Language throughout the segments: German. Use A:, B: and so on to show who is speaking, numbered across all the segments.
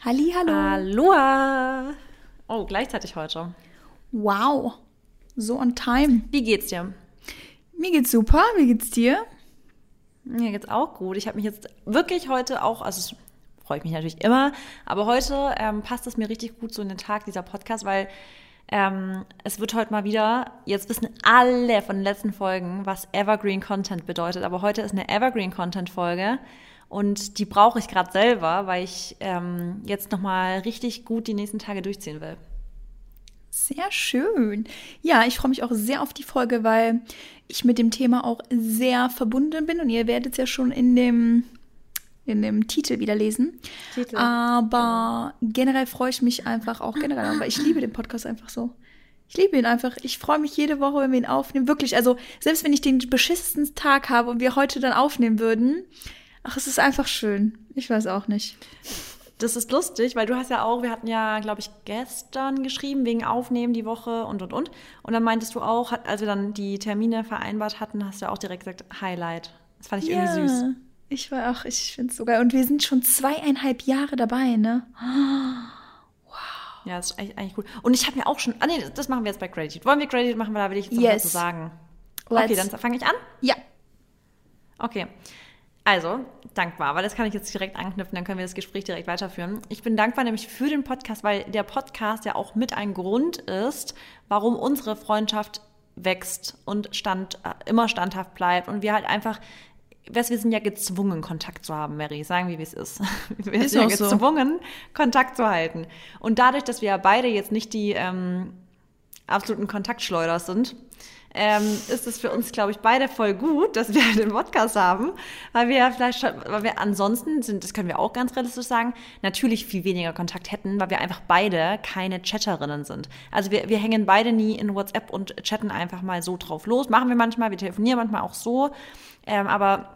A: Hallihallo.
B: Aloha. Oh, gleichzeitig heute.
A: Wow, so on time.
B: Wie geht's dir?
A: Mir geht's super, wie geht's dir?
B: Mir geht's auch gut. Ich habe mich jetzt wirklich heute auch, also freue ich mich natürlich immer, aber heute passt es mir richtig gut so in den Tag, dieser Podcast, weil es wird heute mal wieder, jetzt wissen alle von den letzten Folgen, was Evergreen Content bedeutet, aber heute ist eine Evergreen Content Folge und die brauche ich gerade selber, weil ich jetzt nochmal richtig gut die nächsten Tage durchziehen will.
A: Sehr schön. Ja, ich freue mich auch sehr auf die Folge, weil ich mit dem Thema auch sehr verbunden bin und ihr werdet es ja schon in dem Titel wieder lesen. Aber generell freue ich mich einfach auch generell, weil ich liebe den Podcast einfach so. Ich liebe ihn einfach. Ich freue mich jede Woche, wenn wir ihn aufnehmen. Wirklich, also selbst wenn ich den beschissensten Tag habe und wir heute dann aufnehmen würden, ach, es ist einfach schön. Ich weiß auch nicht.
B: Das ist lustig, weil du hast ja auch, wir hatten ja, glaube ich, gestern geschrieben, wegen Aufnehmen die Woche und. Und dann meintest du auch, als wir dann die Termine vereinbart hatten, hast du auch direkt gesagt, Highlight. Das fand ich irgendwie süß.
A: Ich finde es so geil. Und wir sind schon 2,5 Jahre dabei, ne?
B: Wow. Ja, das ist eigentlich cool. Und ich habe mir auch schon, das machen wir jetzt bei Gratitude. Wollen wir Gratitude machen, da will ich jetzt noch was zu sagen. Okay, dann fange ich an?
A: Ja.
B: Okay. Also, dankbar, weil das kann ich jetzt direkt anknüpfen, dann können wir das Gespräch direkt weiterführen. Ich bin dankbar nämlich für den Podcast, weil der Podcast ja auch mit ein Grund ist, warum unsere Freundschaft wächst und immer standhaft bleibt und wir halt einfach, wir sind ja gezwungen, Kontakt zu haben, Mary, sagen wir, wie es ist. Wir sind ja gezwungen, Kontakt zu halten. Und dadurch, dass wir ja beide jetzt nicht die absoluten Kontaktschleuder sind, ist es für uns, glaube ich, beide voll gut, dass wir den Podcast haben, weil wir ansonsten sind, das können wir auch ganz realistisch sagen, natürlich viel weniger Kontakt hätten, weil wir einfach beide keine Chatterinnen sind. Also wir hängen beide nie in WhatsApp und chatten einfach mal so drauf los. Machen wir manchmal, wir telefonieren manchmal auch so, aber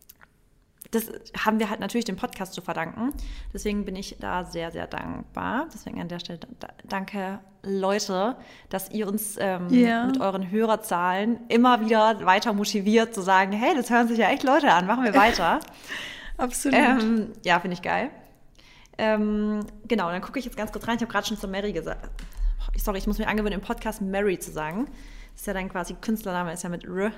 B: das haben wir halt natürlich dem Podcast zu verdanken. Deswegen bin ich da sehr, sehr dankbar. Deswegen an der Stelle danke, Leute, dass ihr uns mit euren Hörerzahlen immer wieder weiter motiviert zu sagen, hey, das hören sich ja echt Leute an, machen wir weiter.
A: Absolut.
B: Ja, finde ich geil. Genau, dann gucke ich jetzt ganz kurz rein. Ich habe gerade schon zu Mary gesagt. Sorry, ich muss mir angewöhnen, im Podcast Mary zu sagen. Das ist ja dann quasi Künstlername, ist ja mit R.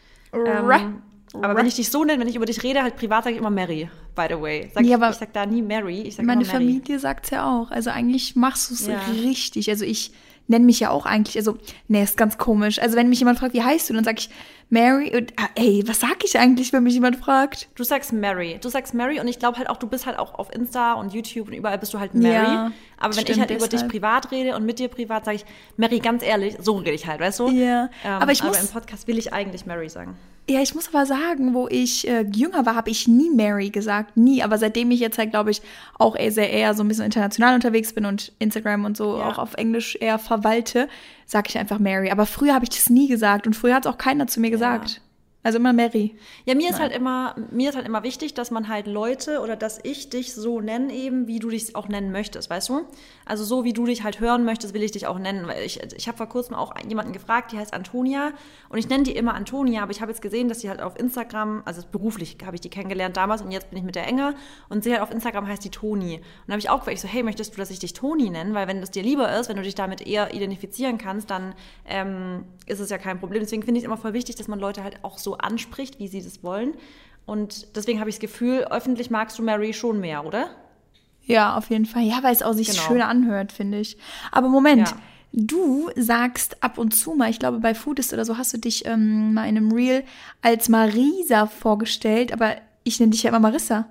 B: Aber wenn ich dich so nenne, wenn ich über dich rede, halt privat, sage ich immer Mary, by the way. Ich sag da nie Mary, ich sag immer Mary.
A: Meine Familie sagt es ja auch. Also eigentlich machst du es richtig. Also ich nenne mich ja auch eigentlich, ist ganz komisch. Also wenn mich jemand fragt, wie heißt du, dann sage ich Mary. Und was sag ich eigentlich, wenn mich jemand fragt?
B: Du sagst Mary und ich glaube halt auch, du bist halt auch auf Insta und YouTube und überall bist du halt Mary. Ja, aber wenn ich halt über dich privat rede und mit dir privat, sage ich Mary, ganz ehrlich, so rede ich halt, weißt du?
A: Ja, aber
B: im Podcast will ich eigentlich Mary sagen.
A: Ja, ich muss aber sagen, wo ich jünger war, habe ich nie Mary gesagt, nie. Aber seitdem ich jetzt halt, glaube ich, auch eher so ein bisschen international unterwegs bin und Instagram und so auch auf Englisch eher verwalte, sage ich einfach Mary. Aber früher habe ich das nie gesagt und früher hat es auch keiner zu mir gesagt. Also immer Mary.
B: Ja, mir ist halt immer wichtig, dass man halt Leute oder dass ich dich so nenne eben, wie du dich auch nennen möchtest, weißt du? Also so, wie du dich halt hören möchtest, will ich dich auch nennen. Weil ich habe vor kurzem auch jemanden gefragt, die heißt Antonia und ich nenne die immer Antonia, aber ich habe jetzt gesehen, dass sie halt auf Instagram, also beruflich habe ich die kennengelernt damals und jetzt bin ich mit der enger und sie halt auf Instagram heißt die Toni. Und da habe ich auch gefragt, hey, möchtest du, dass ich dich Toni nenne? Weil wenn das dir lieber ist, wenn du dich damit eher identifizieren kannst, dann ist es ja kein Problem. Deswegen finde ich es immer voll wichtig, dass man Leute halt auch so anspricht, wie sie das wollen. Und deswegen habe ich das Gefühl, öffentlich magst du Mary schon mehr, oder?
A: Ja, auf jeden Fall. Ja, weil es auch sich schöner anhört, finde ich. Aber Moment, du sagst ab und zu mal, ich glaube bei Foodist oder so, hast du dich mal in einem Reel als Marisa vorgestellt, aber ich nenne dich ja immer Marissa.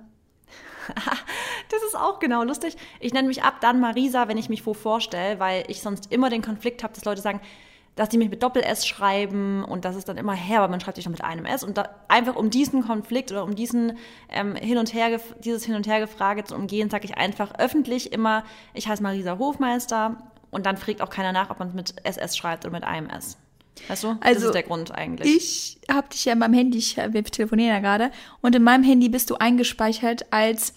B: Das ist auch genau lustig. Ich nenne mich ab dann Marisa, wenn ich mich vorstelle, weil ich sonst immer den Konflikt habe, dass Leute sagen, dass die mich mit Doppel-S schreiben und das ist dann immer aber man schreibt sich noch mit einem S. Und einfach um diesen Konflikt oder um diesen dieses Hin- und Hergefrage zu umgehen, sage ich einfach öffentlich immer, ich heiße Marisa Hofmeister und dann fragt auch keiner nach, ob man mit SS schreibt oder mit einem S. Weißt du?
A: Also,
B: das ist der Grund eigentlich.
A: Ich habe dich ja in meinem Handy, wir telefonieren ja gerade, und in meinem Handy bist du eingespeichert als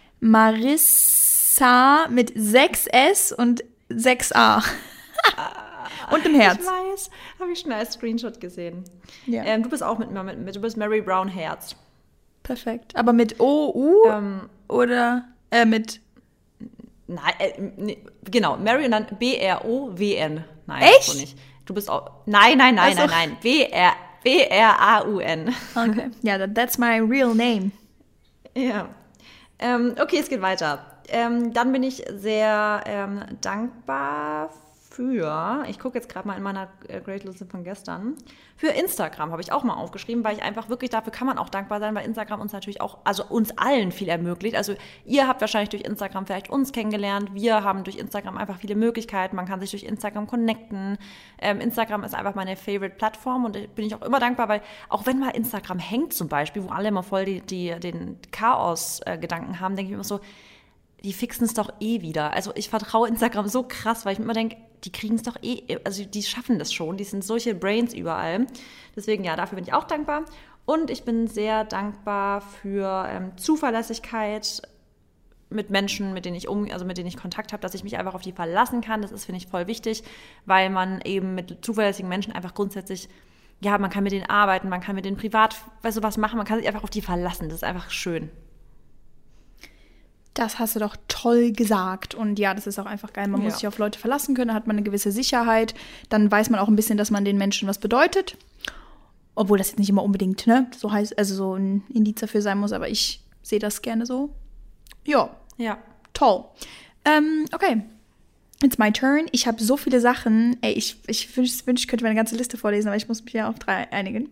A: Marissa mit 6S und 6A. Und im Herz.
B: Ich weiß, habe ich schon als Screenshot gesehen.
A: Ja.
B: Du bist auch du bist Mary Brown Herz.
A: Perfekt. Aber mit O, U oder mit
B: Nein, genau, Mary und dann B-R-O-W-N. Nein,
A: Echt?
B: so nicht. Du bist auch, nein,
A: Also-
B: B-R-A-U-N.
A: Okay. Ja, that's my real name.
B: Ja. Okay, es geht weiter. Dann bin ich sehr dankbar für, ich gucke jetzt gerade mal in meiner Great Liste von gestern, für Instagram habe ich auch mal aufgeschrieben, weil ich einfach wirklich, dafür kann man auch dankbar sein, weil Instagram uns natürlich auch, also uns allen viel ermöglicht. Also ihr habt wahrscheinlich durch Instagram vielleicht uns kennengelernt, wir haben durch Instagram einfach viele Möglichkeiten, man kann sich durch Instagram connecten. Instagram ist einfach meine Favorite-Plattform und da bin ich auch immer dankbar, weil auch wenn mal Instagram hängt zum Beispiel, wo alle immer voll den Chaos-Gedanken haben, denke ich mir immer so, die fixen es doch eh wieder. Also ich vertraue Instagram so krass, weil ich mir immer denke, die kriegen es doch eh, also die schaffen das schon, die sind solche Brains überall. Deswegen ja, dafür bin ich auch dankbar. Und ich bin sehr dankbar für Zuverlässigkeit mit Menschen, mit denen ich Kontakt habe, dass ich mich einfach auf die verlassen kann. Das ist, finde ich, voll wichtig, weil man eben mit zuverlässigen Menschen einfach grundsätzlich, ja, man kann mit denen arbeiten, man kann mit denen privat, was machen, man kann sich einfach auf die verlassen. Das ist einfach schön.
A: Das hast du doch toll gesagt. Und ja, das ist auch einfach geil. Man muss sich auf Leute verlassen können, da hat man eine gewisse Sicherheit. Dann weiß man auch ein bisschen, dass man den Menschen was bedeutet. Obwohl das jetzt nicht immer unbedingt, ne, so heißt, also so ein Indiz dafür sein muss, aber ich sehe das gerne so. Ja. Toll. Okay. It's my turn. Ich habe so viele Sachen. Ey, ich wünschte, ich könnte meine ganze Liste vorlesen, aber ich muss mich ja auf 3 einigen.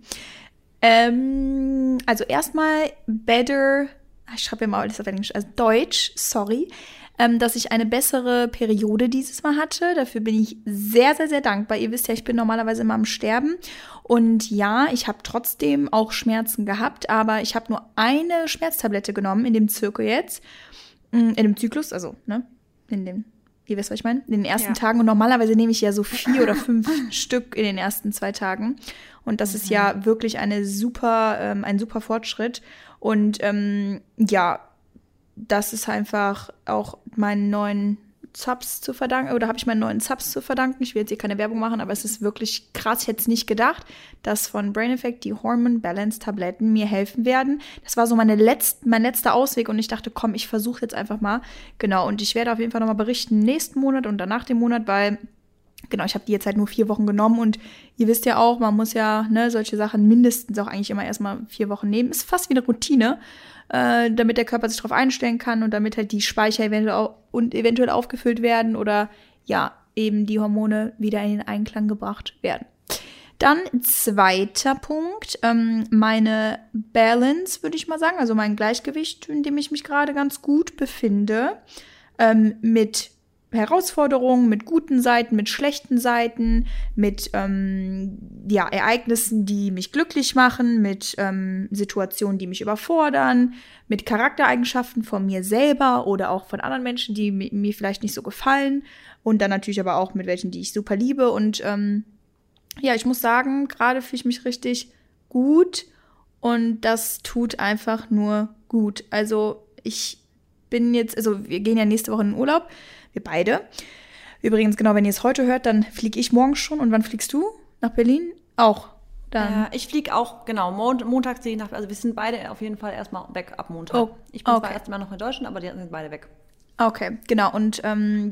A: Also erstmal better. Ich schreibe immer alles auf Englisch, also Deutsch, sorry, dass ich eine bessere Periode dieses Mal hatte. Dafür bin ich sehr, sehr, sehr dankbar. Ihr wisst ja, ich bin normalerweise immer am Sterben. Und ja, ich habe trotzdem auch Schmerzen gehabt, aber ich habe nur eine Schmerztablette genommen in dem Zirkel jetzt. In dem Zyklus, also, ne, ihr wisst, was ich meine, in den ersten Tagen. Und normalerweise nehme ich ja so 4 oder 5 Stück in den ersten 2 Tagen. Und das ist ja wirklich ein super Fortschritt. Und ja, das ist einfach auch meinen neuen Zaps zu verdanken. Oder habe ich meinen neuen Zaps zu verdanken. Ich will jetzt hier keine Werbung machen, aber es ist wirklich krass. Ich hätte es nicht gedacht, dass von Brain Effect die Hormone Balance Tabletten mir helfen werden. Das war so mein letzter Ausweg und ich dachte, komm, ich versuche jetzt einfach mal. Genau, und ich werde auf jeden Fall nochmal berichten nächsten Monat und danach dem Monat, weil genau, ich habe die jetzt halt nur 4 Wochen genommen und ihr wisst ja auch, man muss ja, ne, solche Sachen mindestens auch eigentlich immer erstmal 4 Wochen nehmen. Ist fast wie eine Routine, damit der Körper sich darauf einstellen kann und damit halt die Speicher eventuell aufgefüllt werden oder ja, eben die Hormone wieder in den Einklang gebracht werden. Dann 2. Punkt, meine Balance, würde ich mal sagen, also mein Gleichgewicht, in dem ich mich gerade ganz gut befinde, mit Herausforderungen, mit guten Seiten, mit schlechten Seiten, mit Ereignissen, die mich glücklich machen, mit Situationen, die mich überfordern, mit Charaktereigenschaften von mir selber oder auch von anderen Menschen, die mir vielleicht nicht so gefallen und dann natürlich aber auch mit welchen, die ich super liebe. Und ja, ich muss sagen, gerade fühle ich mich richtig gut und das tut einfach nur gut. Also wir gehen ja nächste Woche in den Urlaub. Wir beide. Übrigens, genau, wenn ihr es heute hört, dann fliege ich morgen schon. Und wann fliegst du? Nach Berlin? Auch. Dann.
B: Ich fliege auch, genau, Montag ziehe ich nach, also wir sind beide auf jeden Fall erstmal weg ab Montag. Ich bin zwar erst mal noch in Deutschland, aber die sind beide weg.
A: Okay, genau. Und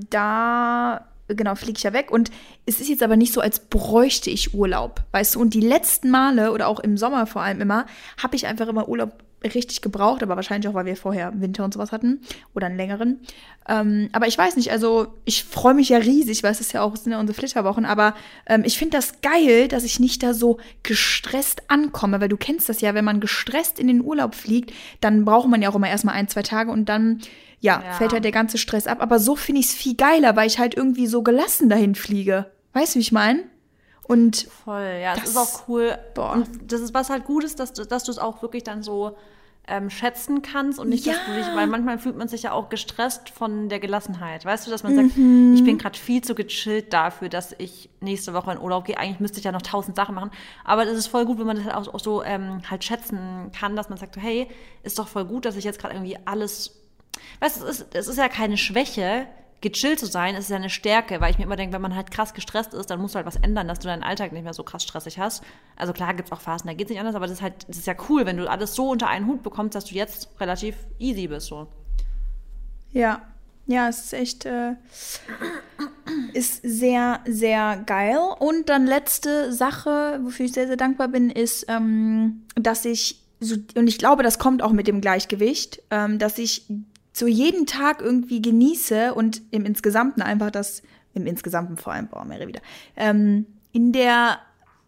A: fliege ich ja weg. Und es ist jetzt aber nicht so, als bräuchte ich Urlaub, weißt du? Und die letzten Male oder auch im Sommer vor allem immer, habe ich einfach immer Urlaub richtig gebraucht, aber wahrscheinlich auch, weil wir vorher Winter und sowas hatten oder einen längeren. Aber ich weiß nicht, also ich freue mich ja riesig, weil es ist ja auch, es sind ja unsere Flitterwochen, aber ich finde das geil, dass ich nicht da so gestresst ankomme, weil du kennst das ja, wenn man gestresst in den Urlaub fliegt, dann braucht man ja auch immer erstmal 1, 2 Tage und dann fällt halt der ganze Stress ab. Aber so finde ich es viel geiler, weil ich halt irgendwie so gelassen dahin fliege. Weißt du, wie ich meine? Und
B: voll, ja, das ist auch cool. Boah. Und das ist, was halt gut ist, dass du es auch wirklich dann so schätzen kannst und nicht, dass du dich, weil manchmal fühlt man sich ja auch gestresst von der Gelassenheit. Weißt du, dass man sagt, ich bin gerade viel zu gechillt dafür, dass ich nächste Woche in Urlaub gehe. Eigentlich müsste ich ja noch 1000 Sachen machen. Aber das ist voll gut, wenn man das halt auch so halt schätzen kann, dass man sagt, hey, ist doch voll gut, dass ich jetzt gerade irgendwie alles, weißt du, es ist ja keine Schwäche, gechillt zu sein, ist ja eine Stärke, weil ich mir immer denke, wenn man halt krass gestresst ist, dann musst du halt was ändern, dass du deinen Alltag nicht mehr so krass stressig hast. Also klar gibt's auch Phasen, da geht's nicht anders, aber das ist ja cool, wenn du alles so unter einen Hut bekommst, dass du jetzt relativ easy bist, so.
A: Ja, Ja, es ist echt, ist sehr, sehr geil. Und dann letzte Sache, wofür ich sehr, sehr dankbar bin, ist, dass ich, so, und ich glaube, das kommt auch mit dem Gleichgewicht, dass ich so jeden Tag irgendwie genieße und im Insgesamten einfach im Insgesamten vor allem, Mary wieder, in der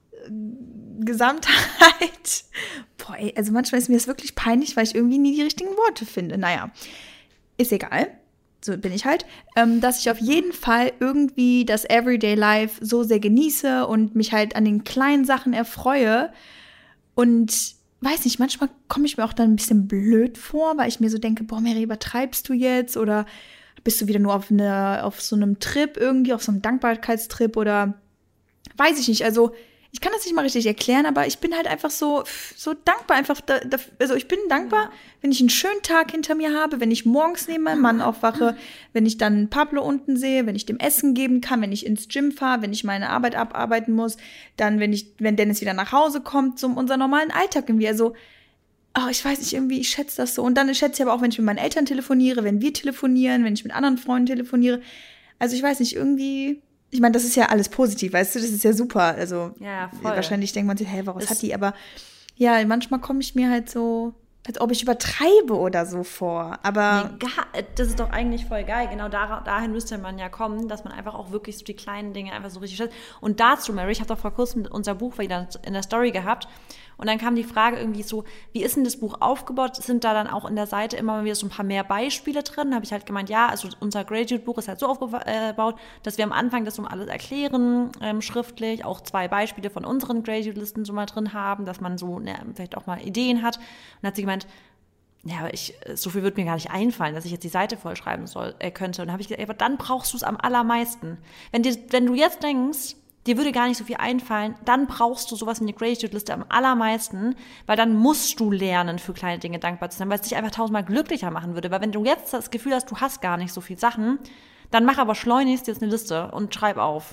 A: Gesamtheit, also manchmal ist mir das wirklich peinlich, weil ich irgendwie nie die richtigen Worte finde. Naja, ist egal. So bin ich halt, dass ich auf jeden Fall irgendwie das Everyday Life so sehr genieße und mich halt an den kleinen Sachen erfreue. Und weiß nicht, manchmal komme ich mir auch dann ein bisschen blöd vor, weil ich mir so denke, Mary, übertreibst du jetzt? Oder bist du wieder nur auf so einem Trip irgendwie, auf so einem Dankbarkeitstrip oder weiß ich nicht. Also ich kann das nicht mal richtig erklären, aber ich bin halt einfach so dankbar. Also ich bin dankbar, wenn ich einen schönen Tag hinter mir habe, wenn ich morgens neben meinem Mann aufwache, wenn ich dann Pablo unten sehe, wenn ich dem Essen geben kann, wenn ich ins Gym fahre, wenn ich meine Arbeit abarbeiten muss, dann wenn Dennis wieder nach Hause kommt, so unser normalen Alltag irgendwie. Also, ich weiß nicht, irgendwie, ich schätze das so. Und dann schätze ich aber auch, wenn ich mit meinen Eltern telefoniere, wenn wir telefonieren, wenn ich mit anderen Freunden telefoniere. Also ich weiß nicht, irgendwie. Ich meine, das ist ja alles positiv, weißt du, das ist ja super. Also
B: ja, voll.
A: Wahrscheinlich denkt man sich, was hat die? Aber ja, manchmal komme ich mir halt so, als ob ich übertreibe oder so vor. Aber
B: das ist doch eigentlich voll geil. Genau dahin müsste man ja kommen, dass man einfach auch wirklich so die kleinen Dinge einfach so richtig schätzt. Und dazu, Mary, ich habe doch vor kurzem unser Buch wieder in der Story gehabt. Und dann kam die Frage irgendwie so, wie ist denn das Buch aufgebaut? Sind da dann auch in der Seite immer mal wieder so ein paar mehr Beispiele drin? Da habe ich halt gemeint, ja, also unser Graduate-Buch ist halt so aufgebaut, dass wir am Anfang das so alles erklären, schriftlich, auch 2 Beispiele von unseren Graduate-Listen so mal drin haben, dass man so vielleicht auch mal Ideen hat. Und dann hat sie gemeint, ja, aber so viel wird mir gar nicht einfallen, dass ich jetzt die Seite vollschreiben könnte. Und dann habe ich gesagt, aber dann brauchst du es am allermeisten. Wenn du jetzt denkst, dir würde gar nicht so viel einfallen, dann brauchst du sowas wie eine Graduate-Liste am allermeisten, weil dann musst du lernen, für kleine Dinge dankbar zu sein, weil es dich einfach 1000-mal glücklicher machen würde. Weil wenn du jetzt das Gefühl hast, du hast gar nicht so viel Sachen, dann mach aber schleunigst jetzt eine Liste und schreib auf.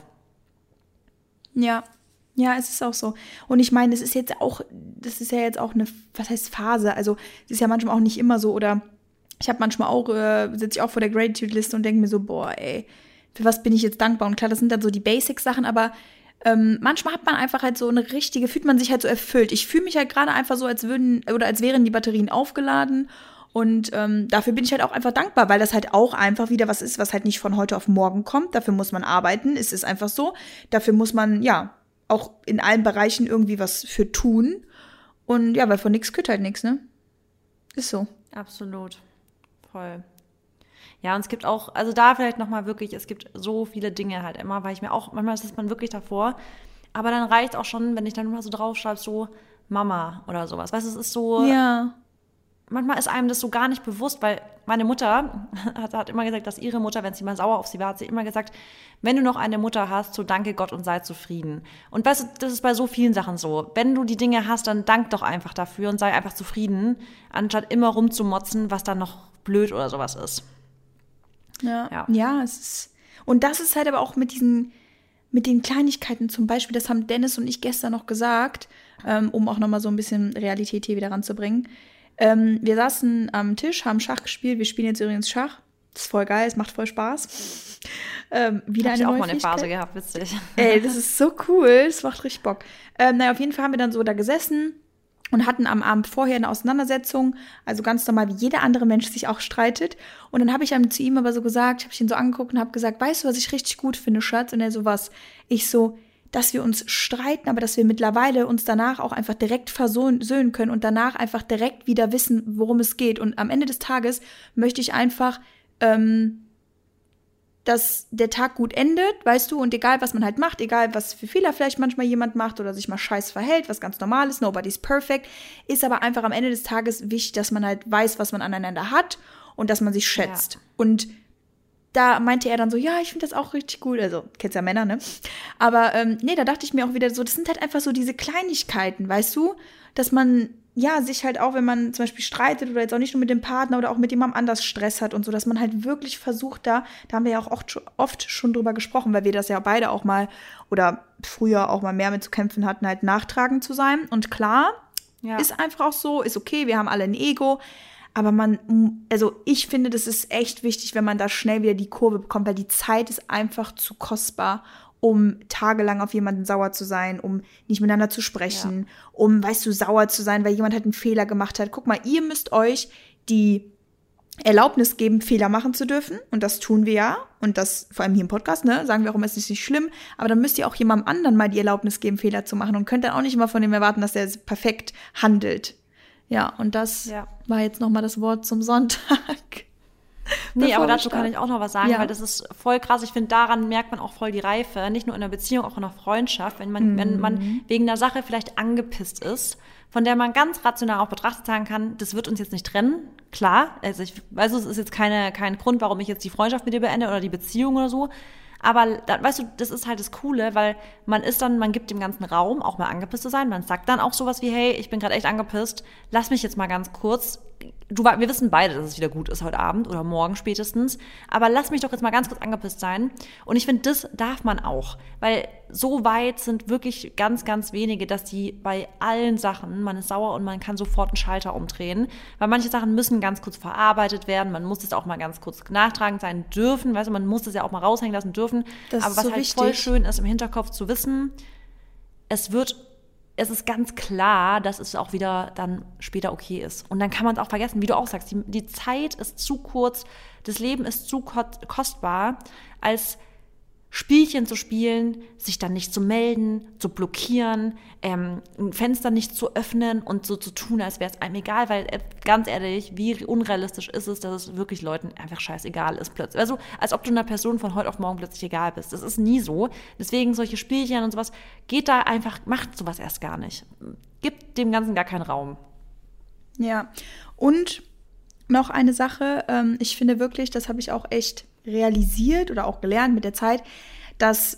A: Ja, es ist auch so. Und ich meine, das ist ja jetzt auch eine, was heißt Phase? Also es ist ja manchmal auch nicht immer so. Oder ich habe manchmal auch, sitze ich auch vor der Gratitude-Liste und denke mir so, für was bin ich jetzt dankbar? Und klar, das sind dann so die Basic-Sachen, aber manchmal hat man einfach halt so fühlt man sich halt so erfüllt. Ich fühle mich halt gerade einfach so, als wären die Batterien aufgeladen. Und dafür bin ich halt auch einfach dankbar, weil das halt auch einfach wieder was ist, was halt nicht von heute auf morgen kommt. Dafür muss man arbeiten, es ist einfach so. Dafür muss man, ja, auch in allen Bereichen irgendwie was für tun. Und ja, weil von nichts kütt halt nichts, ne? Ist so.
B: Absolut. Voll. Ja, und es gibt auch, also da vielleicht nochmal wirklich, es gibt so viele Dinge halt immer, weil ich mir auch, manchmal ist man wirklich davor, aber dann reicht auch schon, wenn ich dann mal so draufschreibe, so Mama oder sowas. Weißt du, es ist so,
A: ja.
B: Manchmal ist einem das so gar nicht bewusst, weil meine Mutter hat immer gesagt, dass ihre Mutter, wenn sie mal sauer auf sie war, hat sie immer gesagt, wenn du noch eine Mutter hast, so danke Gott und sei zufrieden. Und weißt du, das ist bei so vielen Sachen so. Wenn du die Dinge hast, dann dank doch einfach dafür und sei einfach zufrieden, anstatt immer rumzumotzen, was dann noch blöd oder sowas ist.
A: Ja, es ist. Und das ist halt aber auch mit den Kleinigkeiten zum Beispiel, das haben Dennis und ich gestern noch gesagt, um auch nochmal so ein bisschen Realität hier wieder ranzubringen. Wir saßen am Tisch, haben Schach gespielt. Wir spielen jetzt übrigens Schach. Das ist voll geil, es macht voll Spaß. Wieder eine neue
B: auch mal eine Phase gehabt, witzig.
A: Ey, das ist so cool, das macht richtig Bock. Auf jeden Fall haben wir dann so da gesessen und hatten am Abend vorher eine Auseinandersetzung, also ganz normal, wie jeder andere Mensch sich auch streitet. Und dann habe ich zu ihm aber so gesagt, habe ich ihn so angeguckt und habe gesagt, weißt du, was ich richtig gut finde, Schatz? Und er so, was? Ich so, dass wir uns streiten, aber dass wir mittlerweile uns danach auch einfach direkt versöhnen können und danach einfach direkt wieder wissen, worum es geht. Und am Ende des Tages möchte ich einfach, dass der Tag gut endet, weißt du, und egal, was man halt macht, egal, was für Fehler vielleicht manchmal jemand macht oder sich mal scheiß verhält, was ganz normal ist, nobody's perfect, ist aber einfach am Ende des Tages wichtig, dass man halt weiß, was man aneinander hat und dass man sich schätzt. Ja. Und da meinte er dann so, ja, ich finde das auch richtig cool. Also, kennst ja Männer, ne? Aber da dachte ich mir auch wieder so, das sind halt einfach so diese Kleinigkeiten, weißt du? Dass man, ja, sich halt auch, wenn man zum Beispiel streitet oder jetzt auch nicht nur mit dem Partner oder auch mit jemandem anders Stress hat und so, dass man halt wirklich versucht da haben wir ja auch oft schon drüber gesprochen, weil wir das ja beide auch mal oder früher auch mal mehr mit zu kämpfen hatten, halt nachtragend zu sein. Und klar, ist einfach auch so, ist okay, wir haben alle ein Ego. Aber also ich finde, das ist echt wichtig, wenn man da schnell wieder die Kurve bekommt, weil die Zeit ist einfach zu kostbar, um tagelang auf jemanden sauer zu sein, um nicht miteinander zu sprechen, um, weißt du, sauer zu sein, weil jemand halt einen Fehler gemacht hat. Guck mal, ihr müsst euch die Erlaubnis geben, Fehler machen zu dürfen. Und das tun wir ja. Und das vor allem hier im Podcast, ne, sagen wir auch immer, es ist nicht schlimm. Aber dann müsst ihr auch jemandem anderen mal die Erlaubnis geben, Fehler zu machen. Und könnt dann auch nicht immer von dem erwarten, dass der perfekt handelt. Ja, und das war jetzt nochmal das Wort zum Sonntag.
B: Nee, aber dazu kann ich auch noch was sagen, weil das ist voll krass. Ich finde, daran merkt man auch voll die Reife. Nicht nur in der Beziehung, auch in der Freundschaft. Wenn man wegen einer Sache vielleicht angepisst ist, von der man ganz rational auch betrachtet sagen kann, das wird uns jetzt nicht trennen. Klar, also ich weiß, es ist jetzt kein Grund, warum ich jetzt die Freundschaft mit dir beende oder die Beziehung oder so. Aber weißt du, das ist halt das Coole, weil man gibt dem ganzen Raum, auch mal angepisst zu sein. Man sagt dann auch sowas wie, hey, ich bin gerade echt angepisst, lass mich jetzt mal ganz kurz. Wir wissen beide, dass es wieder gut ist heute Abend oder morgen spätestens. Aber lass mich doch jetzt mal ganz kurz angepisst sein. Und ich finde, das darf man auch. Weil so weit sind wirklich ganz, ganz wenige, dass die bei allen Sachen, man ist sauer und man kann sofort einen Schalter umdrehen. Weil manche Sachen müssen ganz kurz verarbeitet werden. Man muss es auch mal ganz kurz nachtragend sein dürfen. Weißt du, man muss es ja auch mal raushängen lassen dürfen.
A: Das
B: aber
A: ist
B: was
A: so
B: halt
A: wichtig.
B: Voll schön ist, im Hinterkopf zu wissen, es ist ganz klar, dass es auch wieder dann später okay ist. Und dann kann man es auch vergessen, wie du auch sagst, die Zeit ist zu kurz, das Leben ist zu kostbar, als Spielchen zu spielen, sich dann nicht zu melden, zu blockieren, ein Fenster nicht zu öffnen und so zu tun, als wäre es einem egal, weil ganz ehrlich, wie unrealistisch ist es, dass es wirklich Leuten einfach scheißegal ist plötzlich. Also als ob du einer Person von heute auf morgen plötzlich egal bist. Das ist nie so. Deswegen solche Spielchen und sowas, geht da einfach, macht sowas erst gar nicht. Gibt dem Ganzen gar keinen Raum.
A: Ja, und noch eine Sache, ich finde wirklich, das habe ich auch echt realisiert oder auch gelernt mit der Zeit, dass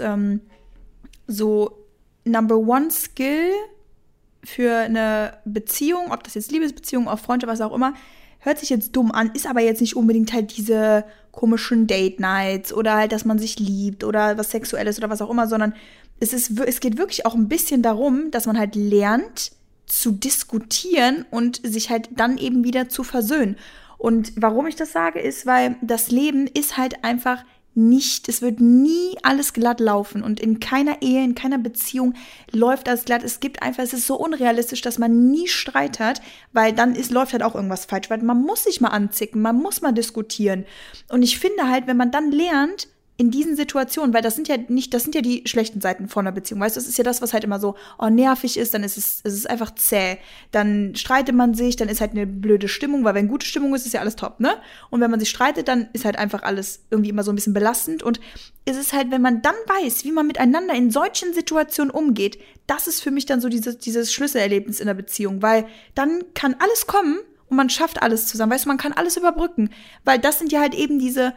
A: so Number-One-Skill für eine Beziehung, ob das jetzt Liebesbeziehung, auch Freundschaft, was auch immer, hört sich jetzt dumm an, ist aber jetzt nicht unbedingt halt diese komischen Date-Nights oder halt, dass man sich liebt oder was Sexuelles oder was auch immer, sondern es geht wirklich auch ein bisschen darum, dass man halt lernt zu diskutieren und sich halt dann eben wieder zu versöhnen. Und warum ich das sage, ist, weil das Leben ist halt einfach nicht, es wird nie alles glatt laufen und in keiner Ehe, in keiner Beziehung läuft alles glatt. Es ist so unrealistisch, dass man nie Streit hat, weil dann läuft halt auch irgendwas falsch, weil man muss sich mal anzicken, man muss mal diskutieren. Und ich finde halt, wenn man dann lernt, in diesen Situationen, weil das sind ja die schlechten Seiten von einer Beziehung, weißt du, das ist ja das, was halt immer so nervig ist, dann ist es einfach zäh, dann streitet man sich, dann ist halt eine blöde Stimmung, weil wenn gute Stimmung ist ja alles top, ne? Und wenn man sich streitet, dann ist halt einfach alles irgendwie immer so ein bisschen belastend und es ist halt, wenn man dann weiß, wie man miteinander in solchen Situationen umgeht, das ist für mich dann so dieses Schlüsselerlebnis in der Beziehung, weil dann kann alles kommen und man schafft alles zusammen, weißt du, man kann alles überbrücken, weil das sind ja halt eben diese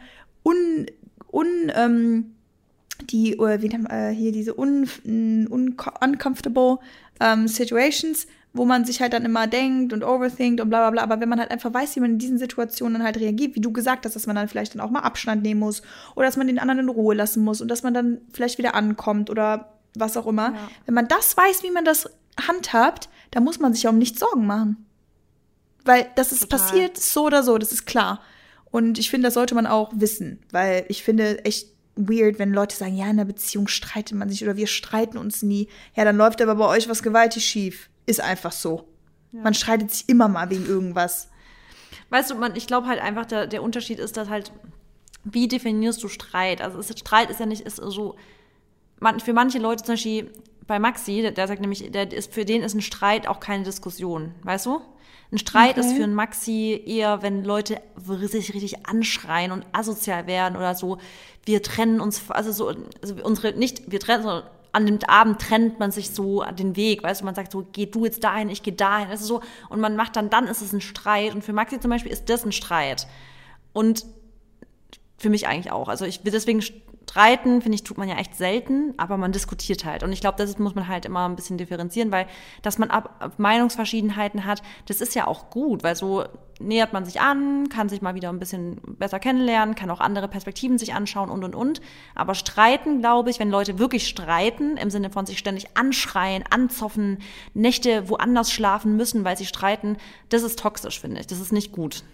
A: uncomfortable situations, wo man sich halt dann immer denkt und overthinkt und bla bla bla, aber wenn man halt einfach weiß, wie man in diesen Situationen dann halt reagiert, wie du gesagt hast, dass man dann vielleicht dann auch mal Abstand nehmen muss oder dass man den anderen in Ruhe lassen muss und dass man dann vielleicht wieder ankommt oder was auch immer. Ja. Wenn man das weiß, wie man das handhabt, dann muss man sich ja um nichts Sorgen machen. Weil das ist passiert so oder so, das ist klar. Und ich finde, das sollte man auch wissen, weil ich finde echt weird, wenn Leute sagen, ja, in einer Beziehung streitet man sich oder wir streiten uns nie. Ja, dann läuft aber bei euch was gewaltig schief. Ist einfach so. Ja. Man streitet sich immer mal wegen irgendwas.
B: Weißt du, ich glaube halt einfach, der Unterschied ist, dass halt, wie definierst du Streit? Also Streit ist ja nicht, ist so, für manche Leute zum Beispiel, bei Maxi, der sagt nämlich, für den ist ein Streit auch keine Diskussion, weißt du? Ein Streit ist für einen Maxi eher, wenn Leute sich richtig anschreien und asozial werden oder so. Wir trennen uns, wir trennen, sondern an dem Abend trennt man sich so den Weg, weißt du, man sagt so, geh du jetzt dahin, ich gehe dahin, weißt du, so. Und man macht dann ist es ein Streit. Und für Maxi zum Beispiel ist das ein Streit. Und für mich eigentlich auch. Also deswegen streiten, finde ich, tut man ja echt selten, aber man diskutiert halt. Und ich glaube, das muss man halt immer ein bisschen differenzieren, weil dass man Meinungsverschiedenheiten hat, das ist ja auch gut, weil so nähert man sich an, kann sich mal wieder ein bisschen besser kennenlernen, kann auch andere Perspektiven sich anschauen und. Aber streiten, glaube ich, wenn Leute wirklich streiten, im Sinne von sich ständig anschreien, anzoffen, Nächte woanders schlafen müssen, weil sie streiten, das ist toxisch, finde ich. Das ist nicht gut.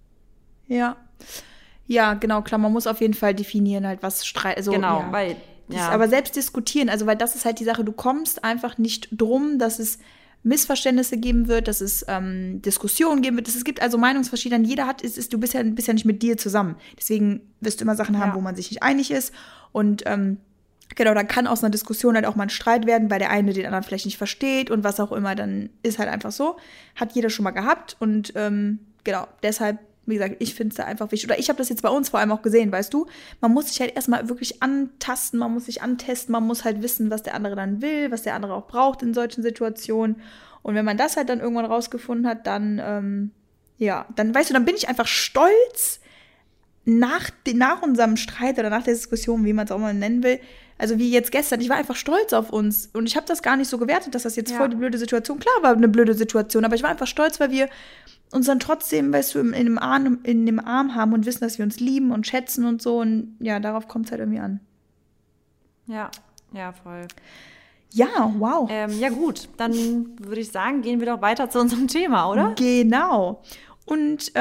A: Ja. Ja, genau, klar, man muss auf jeden Fall definieren, halt, was Streit, also,
B: Genau,
A: ja.
B: weil, ja.
A: Aber selbst diskutieren, also, weil das ist halt die Sache, du kommst einfach nicht drum, dass es Missverständnisse geben wird, dass es Diskussionen geben wird, es gibt also Meinungsverschiedenheiten, jeder hat, du bist ja nicht mit dir zusammen, deswegen wirst du immer Sachen haben, wo man sich nicht einig ist und, genau, dann kann aus einer Diskussion halt auch mal ein Streit werden, weil der eine den anderen vielleicht nicht versteht und was auch immer, dann ist halt einfach so, hat jeder schon mal gehabt und, genau, deshalb, wie gesagt, ich finde es da einfach wichtig. Oder ich habe das jetzt bei uns vor allem auch gesehen, weißt du? Man muss sich halt erstmal wirklich antasten, man muss sich antesten, man muss halt wissen, was der andere dann will, was der andere auch braucht in solchen Situationen. Und wenn man das halt dann irgendwann rausgefunden hat, dann, dann, weißt du, dann bin ich einfach stolz nach unserem Streit oder nach der Diskussion, wie man es auch mal nennen will. Also wie jetzt gestern, ich war einfach stolz auf uns. Und ich habe das gar nicht so gewertet, dass das jetzt voll die blöde Situation, klar war eine blöde Situation, aber ich war einfach stolz, weil wir uns dann trotzdem, weißt du, in dem Arm haben und wissen, dass wir uns lieben und schätzen und so. Und ja, darauf kommt es halt irgendwie an.
B: Ja, voll.
A: Ja, wow.
B: Ja gut, dann würde ich sagen, gehen wir doch weiter zu unserem Thema, oder?
A: Genau. Und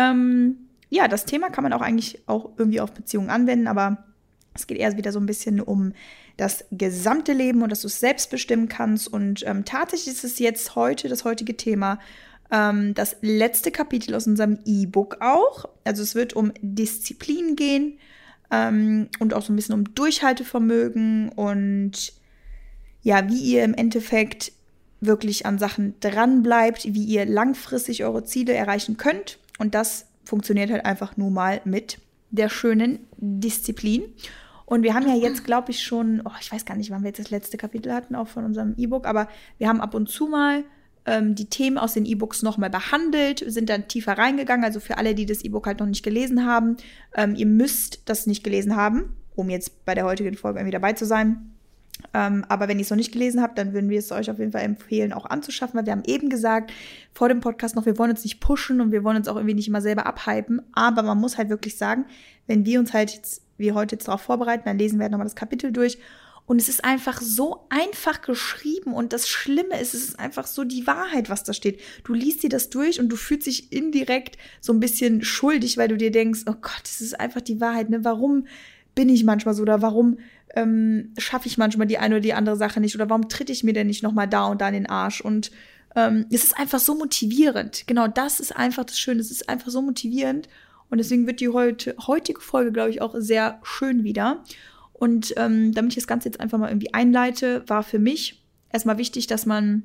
A: das Thema kann man auch eigentlich auch irgendwie auf Beziehungen anwenden, aber es geht eher wieder so ein bisschen um das gesamte Leben und dass du es selbst bestimmen kannst. Und tatsächlich ist es jetzt das heutige Thema, das letzte Kapitel aus unserem E-Book auch. Also es wird um Disziplin gehen und auch so ein bisschen um Durchhaltevermögen und ja, wie ihr im Endeffekt wirklich an Sachen dranbleibt, wie ihr langfristig eure Ziele erreichen könnt. Und das funktioniert halt einfach nur mal mit der schönen Disziplin. Und wir haben ja jetzt, glaube ich, schon, ich weiß gar nicht, wann wir jetzt das letzte Kapitel hatten, auch von unserem E-Book, aber wir haben ab und zu mal die Themen aus den E-Books nochmal behandelt, sind dann tiefer reingegangen. Also für alle, die das E-Book halt noch nicht gelesen haben, ihr müsst das nicht gelesen haben, um jetzt bei der heutigen Folge irgendwie dabei zu sein. Aber wenn ihr es noch nicht gelesen habt, dann würden wir es euch auf jeden Fall empfehlen, auch anzuschaffen, weil wir haben eben gesagt, vor dem Podcast noch, wir wollen uns nicht pushen und wir wollen uns auch irgendwie nicht immer selber abhypen, aber man muss halt wirklich sagen, wenn wir uns halt jetzt, wie heute jetzt darauf vorbereiten, dann lesen wir halt nochmal das Kapitel durch und es ist einfach so einfach geschrieben und das Schlimme ist, es ist einfach so die Wahrheit, was da steht. Du liest dir das durch und du fühlst dich indirekt so ein bisschen schuldig, weil du dir denkst, oh Gott, das ist einfach die Wahrheit, ne? Warum bin ich manchmal so oder warum schaffe ich manchmal die eine oder die andere Sache nicht oder warum tritt ich mir denn nicht nochmal da und da in den Arsch und es ist einfach so motivierend. Genau, das ist einfach das Schöne, es ist einfach so motivierend und deswegen wird die heutige Folge, glaube ich, auch sehr schön wieder. Und damit ich das Ganze jetzt einfach mal irgendwie einleite, war für mich erstmal wichtig, dass man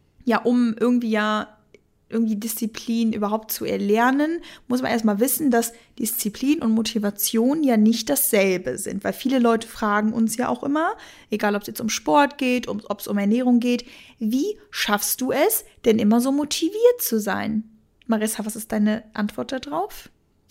A: um irgendwie Disziplin überhaupt zu erlernen, muss man erstmal wissen, dass Disziplin und Motivation ja nicht dasselbe sind. Weil viele Leute fragen uns ja auch immer, egal ob es jetzt um Sport geht, ob es um Ernährung geht, wie schaffst du es denn immer so motiviert zu sein? Marissa, was ist deine Antwort darauf?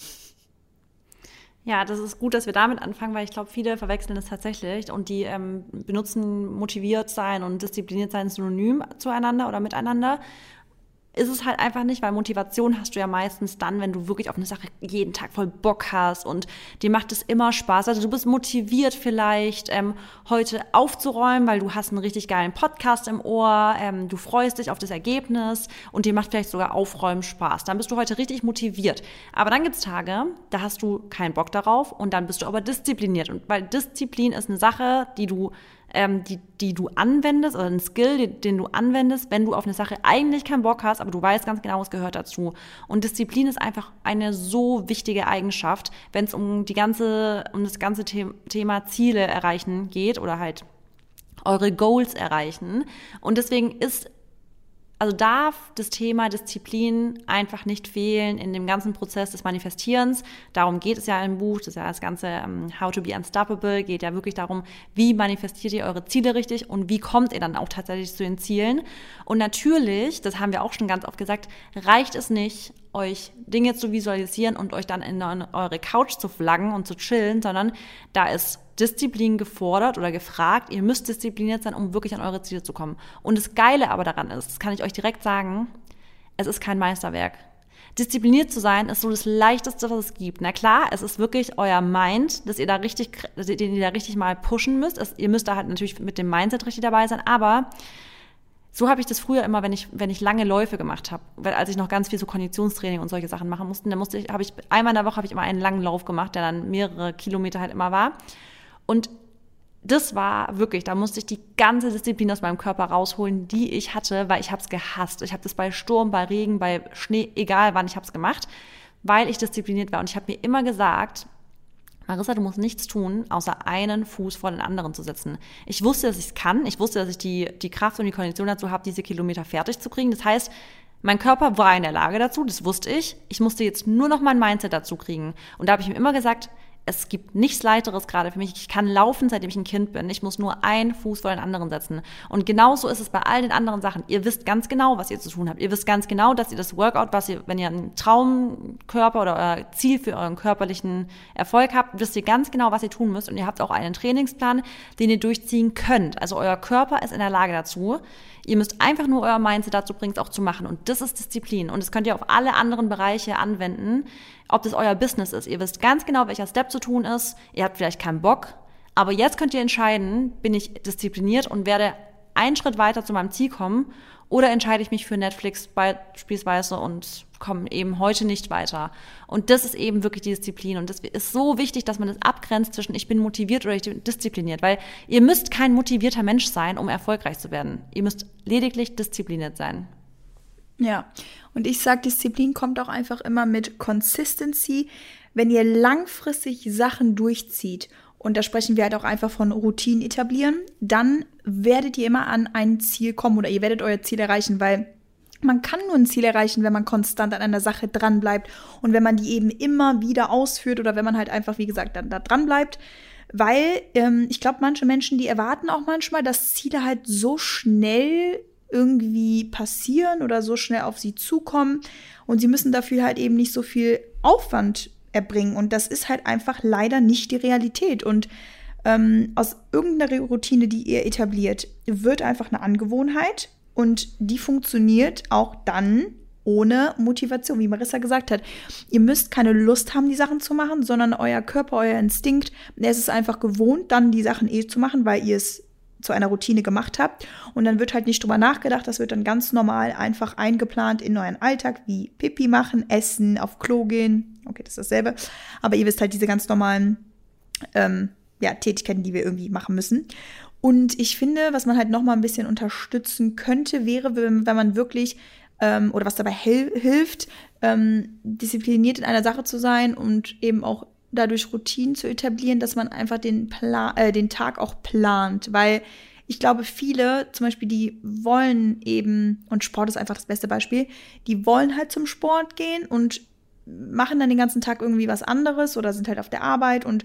B: Ja, das ist gut, dass wir damit anfangen, weil ich glaube, viele verwechseln das tatsächlich und die benutzen motiviert sein und diszipliniert sein synonym zueinander oder miteinander. Ist es halt einfach nicht, weil Motivation hast du ja meistens dann, wenn du wirklich auf eine Sache jeden Tag voll Bock hast und dir macht es immer Spaß. Also du bist motiviert vielleicht, heute aufzuräumen, weil du hast einen richtig geilen Podcast im Ohr, du freust dich auf das Ergebnis und dir macht vielleicht sogar Aufräumen Spaß. Dann bist du heute richtig motiviert. Aber dann gibt's Tage, da hast du keinen Bock darauf und dann bist du aber diszipliniert. Und weil Disziplin ist eine Sache, die du anwendest, oder ein Skill, den du anwendest, wenn du auf eine Sache eigentlich keinen Bock hast, aber du weißt ganz genau, es gehört dazu. Und Disziplin ist einfach eine so wichtige Eigenschaft, wenn es um das ganze Thema Ziele erreichen geht oder halt eure Goals erreichen. Und deswegen darf das Thema Disziplin einfach nicht fehlen in dem ganzen Prozess des Manifestierens. Darum geht es ja im Buch, das ist ja das ganze How to be Unstoppable, geht ja wirklich darum, wie manifestiert ihr eure Ziele richtig und wie kommt ihr dann auch tatsächlich zu den Zielen. Und natürlich, das haben wir auch schon ganz oft gesagt, reicht es nicht, euch Dinge zu visualisieren und euch dann in eure Couch zu flaggen und zu chillen, sondern da ist Disziplin gefordert oder gefragt. Ihr müsst diszipliniert sein, um wirklich an eure Ziele zu kommen. Und das Geile aber daran ist, das kann ich euch direkt sagen, es ist kein Meisterwerk. Diszipliniert zu sein ist so das Leichteste, was es gibt. Na klar, es ist wirklich euer Mind, den ihr da richtig mal pushen müsst. Ihr müsst da halt natürlich mit dem Mindset richtig dabei sein, aber so habe ich das früher immer, wenn ich lange Läufe gemacht habe, weil als ich noch ganz viel so Konditionstraining und solche Sachen machen musste, habe ich einmal in der Woche immer einen langen Lauf gemacht, der dann mehrere Kilometer halt immer war. Und das war wirklich, da musste ich die ganze Disziplin aus meinem Körper rausholen, die ich hatte, weil ich habe es gehasst. Ich habe das bei Sturm, bei Regen, bei Schnee, egal wann, ich habe es gemacht, weil ich diszipliniert war. Und ich habe mir immer gesagt, Marissa, du musst nichts tun, außer einen Fuß vor den anderen zu setzen. Ich wusste, dass ich es kann. Ich wusste, dass ich die Kraft und die Kondition dazu habe, diese Kilometer fertig zu kriegen. Das heißt, mein Körper war in der Lage dazu, das wusste ich. Ich musste jetzt nur noch mein Mindset dazu kriegen. Und da habe ich mir immer gesagt, es gibt nichts Leiteres gerade für mich. Ich kann laufen, seitdem ich ein Kind bin. Ich muss nur einen Fuß vor den anderen setzen. Und genauso ist es bei all den anderen Sachen. Ihr wisst ganz genau, was ihr zu tun habt. Ihr wisst ganz genau, dass ihr das Workout, wenn ihr einen Traumkörper oder euer Ziel für euren körperlichen Erfolg habt, wisst ihr ganz genau, was ihr tun müsst. Und ihr habt auch einen Trainingsplan, den ihr durchziehen könnt. Also euer Körper ist in der Lage dazu. Ihr müsst einfach nur euer Mindset dazu bringen, es auch zu machen. Und das ist Disziplin. Und das könnt ihr auf alle anderen Bereiche anwenden, ob das euer Business ist. Ihr wisst ganz genau, welcher Step zu tun ist. Ihr habt vielleicht keinen Bock. Aber jetzt könnt ihr entscheiden, bin ich diszipliniert und werde einen Schritt weiter zu meinem Ziel kommen, oder entscheide ich mich für Netflix beispielsweise und komme eben heute nicht weiter. Und das ist eben wirklich die Disziplin. Und das ist so wichtig, dass man das abgrenzt zwischen ich bin motiviert oder ich bin diszipliniert. Weil ihr müsst kein motivierter Mensch sein, um erfolgreich zu werden. Ihr müsst lediglich diszipliniert sein.
A: Ja, und ich sage, Disziplin kommt auch einfach immer mit Consistency, wenn ihr langfristig Sachen durchzieht. Und da sprechen wir halt auch einfach von Routinen etablieren, dann werdet ihr immer an ein Ziel kommen oder ihr werdet euer Ziel erreichen, weil man kann nur ein Ziel erreichen, wenn man konstant an einer Sache dran bleibt und wenn man die eben immer wieder ausführt oder wenn man halt einfach, wie gesagt, dann da dran bleibt. Weil ich glaube, manche Menschen, die erwarten auch manchmal, dass Ziele halt so schnell irgendwie passieren oder so schnell auf sie zukommen und sie müssen dafür halt eben nicht so viel Aufwand erbringen und das ist halt einfach leider nicht die Realität und aus irgendeiner Routine, die ihr etabliert, wird einfach eine Angewohnheit und die funktioniert auch dann ohne Motivation, wie Marissa gesagt hat. Ihr müsst keine Lust haben, die Sachen zu machen, sondern euer Körper, euer Instinkt, der ist es einfach gewohnt, dann die Sachen zu machen, weil ihr es zu einer Routine gemacht habt und dann wird halt nicht drüber nachgedacht, das wird dann ganz normal einfach eingeplant in euren Alltag, wie Pipi machen, essen, auf Klo gehen, okay, das ist dasselbe, aber ihr wisst halt diese ganz normalen Tätigkeiten, die wir irgendwie machen müssen. Und ich finde, was man halt nochmal ein bisschen unterstützen könnte, wäre, wenn man wirklich oder was dabei hilft, diszipliniert in einer Sache zu sein und eben auch dadurch Routinen zu etablieren, dass man einfach den Tag auch plant, weil ich glaube, viele, zum Beispiel, die wollen eben, und Sport ist einfach das beste Beispiel, die wollen halt zum Sport gehen und machen dann den ganzen Tag irgendwie was anderes oder sind halt auf der Arbeit und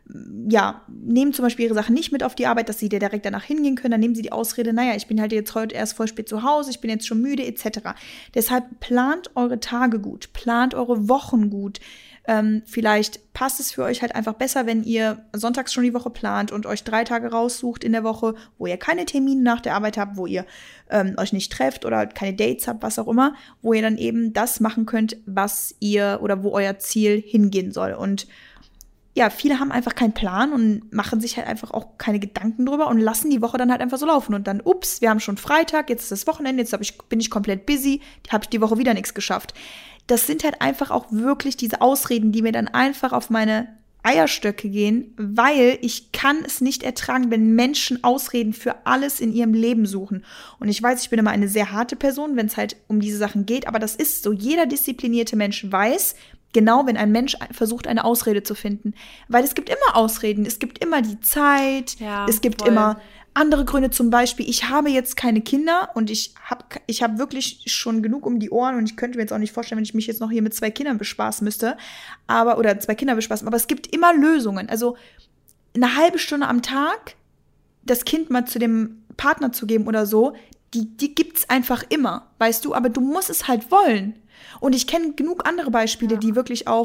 A: nehmen zum Beispiel ihre Sachen nicht mit auf die Arbeit, dass sie direkt danach hingehen können, dann nehmen sie die Ausrede, naja, ich bin halt jetzt heute erst voll spät zu Hause, ich bin jetzt schon müde, etc. Deshalb plant eure Tage gut, plant eure Wochen gut. Vielleicht passt es für euch halt einfach besser, wenn ihr sonntags schon die Woche plant und euch 3 Tage raussucht in der Woche, wo ihr keine Termine nach der Arbeit habt, wo ihr euch nicht trefft oder keine Dates habt, was auch immer, wo ihr dann eben das machen könnt, was ihr oder wo euer Ziel hingehen soll. Und ja, viele haben einfach keinen Plan und machen sich halt einfach auch keine Gedanken drüber und lassen die Woche dann halt einfach so laufen. Und dann, ups, wir haben schon Freitag, jetzt ist das Wochenende, jetzt bin ich komplett busy, habe ich die Woche wieder nichts geschafft. Das sind halt einfach auch wirklich diese Ausreden, die mir dann einfach auf meine Eierstöcke gehen, weil ich kann es nicht ertragen, wenn Menschen Ausreden für alles in ihrem Leben suchen. Und ich weiß, ich bin immer eine sehr harte Person, wenn es halt um diese Sachen geht, aber das ist so. Jeder disziplinierte Mensch weiß, genau, wenn ein Mensch versucht, eine Ausrede zu finden. Weil es gibt immer Ausreden, es gibt immer die Zeit, es gibt immer andere Gründe, zum Beispiel, ich habe jetzt keine Kinder und ich hab wirklich schon genug um die Ohren und ich könnte mir jetzt auch nicht vorstellen, wenn ich mich jetzt noch hier mit 2 Kindern bespaßen müsste, oder 2 Kinder bespaßen, aber es gibt immer Lösungen. Also eine halbe Stunde am Tag das Kind mal zu dem Partner zu geben oder so, die gibt's einfach immer, weißt du, aber du musst es halt wollen. Und ich kenne genug andere Beispiele, die wirklich auch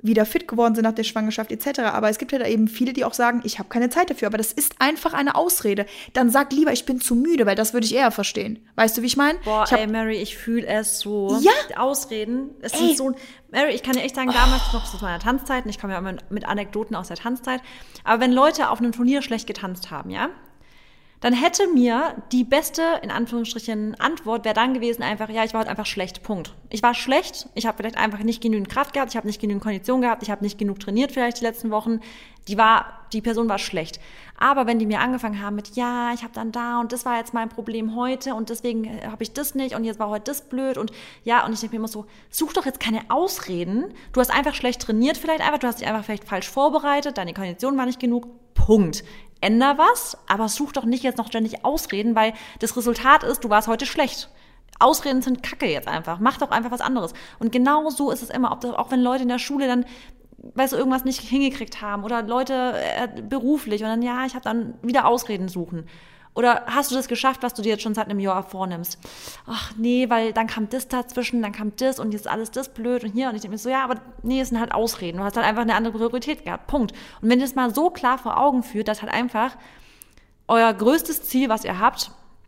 A: wieder fit geworden sind nach der Schwangerschaft etc. Aber es gibt ja da eben viele, die auch sagen, ich habe keine Zeit dafür. Aber das ist einfach eine Ausrede. Dann sag lieber, ich bin zu müde, weil das würde ich eher verstehen. Weißt du, wie ich meine?
B: Boah, ey, Mary, ich fühle es so.
A: Ja.
B: Die Ausreden, es sind so... Mary, ich kann dir echt sagen, damals noch zu meiner Tanzzeit, und ich komme ja immer mit Anekdoten aus der Tanzzeit, aber wenn Leute auf einem Turnier schlecht getanzt haben, ja, dann hätte mir die beste, in Anführungsstrichen, Antwort wäre dann gewesen einfach, ja, ich war halt einfach schlecht, Punkt. Ich war schlecht, ich habe vielleicht einfach nicht genügend Kraft gehabt, ich habe nicht genügend Kondition gehabt, ich habe nicht genug trainiert vielleicht die letzten Wochen. Die Person war schlecht. Aber wenn die mir angefangen haben mit, ja, ich habe dann da und das war jetzt mein Problem heute und deswegen habe ich das nicht und jetzt war heute das blöd und ja, und ich denke mir immer so, such doch jetzt keine Ausreden. Du hast einfach schlecht trainiert vielleicht einfach, du hast dich einfach vielleicht falsch vorbereitet, deine Kondition war nicht genug, Punkt. Änder was, aber such doch nicht jetzt noch ständig Ausreden, weil das Resultat ist, du warst heute schlecht. Ausreden sind Kacke jetzt einfach. Mach doch einfach was anderes. Und genau so ist es immer, auch wenn Leute in der Schule dann, weißt du, irgendwas nicht hingekriegt haben oder Leute beruflich und dann, ja, ich habe dann wieder Ausreden suchen. Oder hast du das geschafft, was du dir jetzt schon seit einem Jahr vornimmst? Ach nee, weil dann kam das dazwischen, dann kam das und jetzt ist alles das blöd und hier. Und ich denke mir so, ja, aber nee, es sind halt Ausreden. Du hast halt einfach eine andere Priorität gehabt, Punkt. Und wenn ihr es mal so klar vor Augen führt, dass halt einfach euer größtes Ziel, was ihr habt,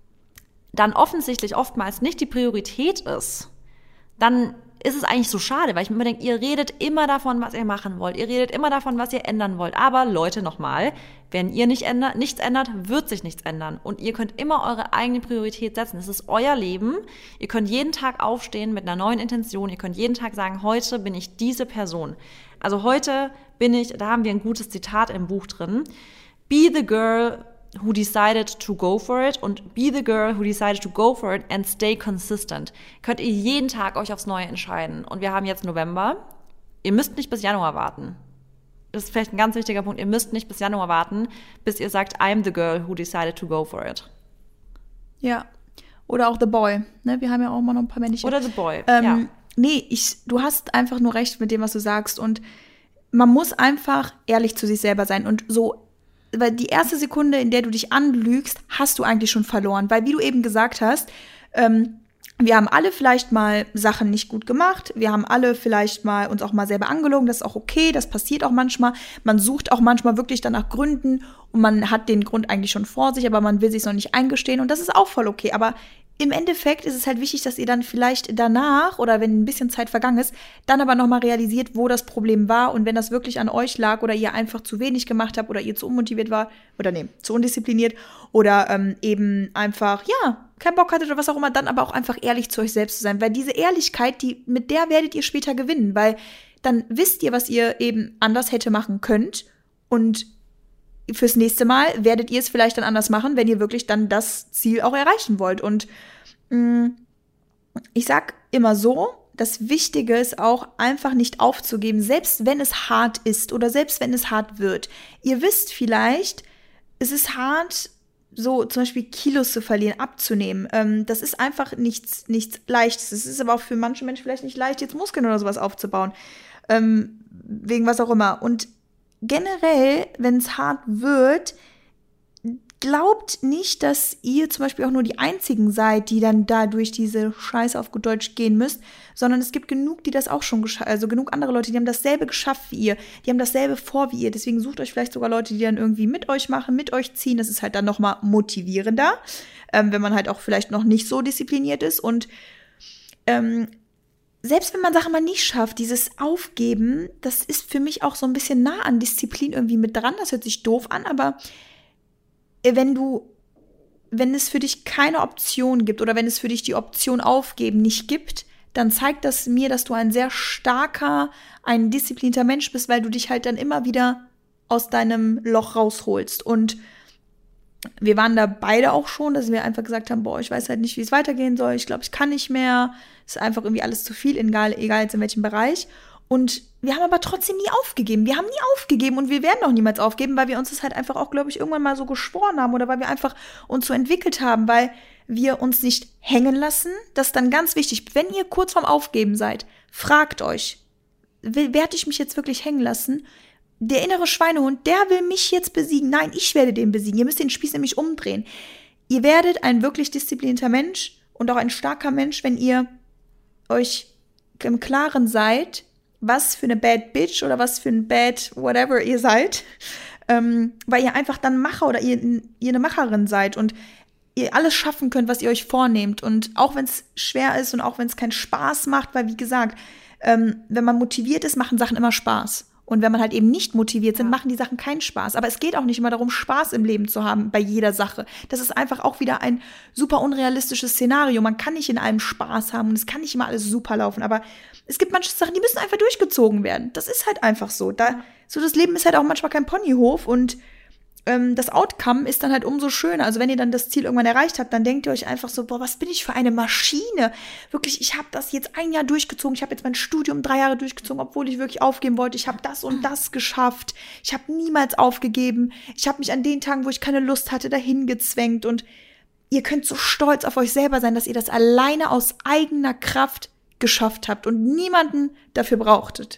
B: dann offensichtlich oftmals nicht die Priorität ist, dann ist es eigentlich so schade, weil ich mir immer denke, ihr redet immer davon, was ihr machen wollt. Ihr redet immer davon, was ihr ändern wollt. Aber Leute, nochmal, wenn ihr nichts ändert, wird sich nichts ändern. Und ihr könnt immer eure eigene Priorität setzen. Es ist euer Leben. Ihr könnt jeden Tag aufstehen mit einer neuen Intention. Ihr könnt jeden Tag sagen, heute bin ich diese Person. Also heute da haben wir ein gutes Zitat im Buch drin. Be the girl who decided to go for it und be the girl who decided to go for it and stay consistent. Könnt ihr jeden Tag euch aufs Neue entscheiden. Und wir haben jetzt November. Ihr müsst nicht bis Januar warten. Das ist vielleicht ein ganz wichtiger Punkt. Ihr müsst nicht bis Januar warten, bis ihr sagt, I'm the girl who decided to go for it.
A: Ja. Oder auch the boy. Ne? Wir haben ja auch immer noch ein paar männliche.
B: Oder the boy, ja.
A: Nee, du hast einfach nur recht mit dem, was du sagst. Und man muss einfach ehrlich zu sich selber sein. Und so, weil die erste Sekunde, in der du dich anlügst, hast du eigentlich schon verloren. Weil, wie du eben gesagt hast, wir haben alle vielleicht mal Sachen nicht gut gemacht. Wir haben alle vielleicht mal uns auch mal selber angelogen. Das ist auch okay, das passiert auch manchmal. Man sucht auch manchmal wirklich dann nach Gründen und man hat den Grund eigentlich schon vor sich, aber man will sich noch nicht eingestehen und das ist auch voll okay. Aber im Endeffekt ist es halt wichtig, dass ihr dann vielleicht danach oder wenn ein bisschen Zeit vergangen ist, dann aber nochmal realisiert, wo das Problem war und wenn das wirklich an euch lag oder ihr einfach zu wenig gemacht habt oder ihr zu unmotiviert war oder zu undiszipliniert oder eben einfach, ja, keinen Bock hattet oder was auch immer, dann aber auch einfach ehrlich zu euch selbst zu sein, weil diese Ehrlichkeit, mit der werdet ihr später gewinnen, weil dann wisst ihr, was ihr eben anders hätte machen könnt und fürs nächste Mal werdet ihr es vielleicht dann anders machen, wenn ihr wirklich dann das Ziel auch erreichen wollt. Und ich sag immer so, das Wichtige ist auch, einfach nicht aufzugeben, selbst wenn es hart ist oder selbst wenn es hart wird. Ihr wisst vielleicht, es ist hart, so zum Beispiel Kilos zu verlieren, abzunehmen. Das ist einfach nichts Leichtes. Es ist aber auch für manche Menschen vielleicht nicht leicht, jetzt Muskeln oder sowas aufzubauen. Wegen was auch immer. Und generell, wenn es hart wird, glaubt nicht, dass ihr zum Beispiel auch nur die Einzigen seid, die dann da durch diese Scheiße auf gut Deutsch gehen müsst, sondern es gibt genug, die das auch schon also genug andere Leute, die haben dasselbe geschafft wie ihr, die haben dasselbe vor wie ihr, deswegen sucht euch vielleicht sogar Leute, die dann irgendwie mit euch machen, mit euch ziehen, das ist halt dann nochmal motivierender, wenn man halt auch vielleicht noch nicht so diszipliniert ist und selbst wenn man Sachen mal nicht schafft, dieses Aufgeben, das ist für mich auch so ein bisschen nah an Disziplin irgendwie mit dran. Das hört sich doof an, aber wenn es für dich keine Option gibt oder wenn es für dich die Option aufgeben nicht gibt, dann zeigt das mir, dass du ein sehr starker, ein disziplinierter Mensch bist, weil du dich halt dann immer wieder aus deinem Loch rausholst. Und wir waren da beide auch schon, dass wir einfach gesagt haben, boah, ich weiß halt nicht, wie es weitergehen soll. Ich glaube, ich kann nicht mehr. Es ist einfach irgendwie alles zu viel, egal jetzt in welchem Bereich. Und wir haben aber trotzdem nie aufgegeben. Wir haben nie aufgegeben und wir werden auch niemals aufgeben, weil wir uns das halt einfach auch, glaube ich, irgendwann mal so geschworen haben oder weil wir einfach uns so entwickelt haben, weil wir uns nicht hängen lassen. Das ist dann ganz wichtig. Wenn ihr kurz vorm Aufgeben seid, fragt euch, werde ich mich jetzt wirklich hängen lassen? Der innere Schweinehund, der will mich jetzt besiegen. Nein, ich werde den besiegen. Ihr müsst den Spieß nämlich umdrehen. Ihr werdet ein wirklich disziplinierter Mensch und auch ein starker Mensch, wenn ihr euch im Klaren seid, was für eine Bad Bitch oder was für ein Bad whatever ihr seid, weil ihr einfach dann Macher oder ihr eine Macherin seid und ihr alles schaffen könnt, was ihr euch vornehmt. Und auch wenn es schwer ist und auch wenn es keinen Spaß macht, weil wie gesagt, wenn man motiviert ist, machen Sachen immer Spaß. Und wenn man halt eben nicht motiviert sind, machen die Sachen keinen Spaß. Aber es geht auch nicht immer darum, Spaß im Leben zu haben bei jeder Sache. Das ist einfach auch wieder ein super unrealistisches Szenario. Man kann nicht in allem Spaß haben und es kann nicht immer alles super laufen. Aber es gibt manche Sachen, die müssen einfach durchgezogen werden. Das ist halt einfach so. So das Leben ist halt auch manchmal kein Ponyhof und das Outcome ist dann halt umso schöner. Also wenn ihr dann das Ziel irgendwann erreicht habt, dann denkt ihr euch einfach so, boah, was bin ich für eine Maschine? Wirklich, ich habe das jetzt 1 Jahr durchgezogen. Ich habe jetzt mein Studium 3 Jahre durchgezogen, obwohl ich wirklich aufgeben wollte. Ich habe das und das geschafft. Ich habe niemals aufgegeben. Ich habe mich an den Tagen, wo ich keine Lust hatte, dahin gezwängt. Und ihr könnt so stolz auf euch selber sein, dass ihr das alleine aus eigener Kraft geschafft habt und niemanden dafür brauchtet.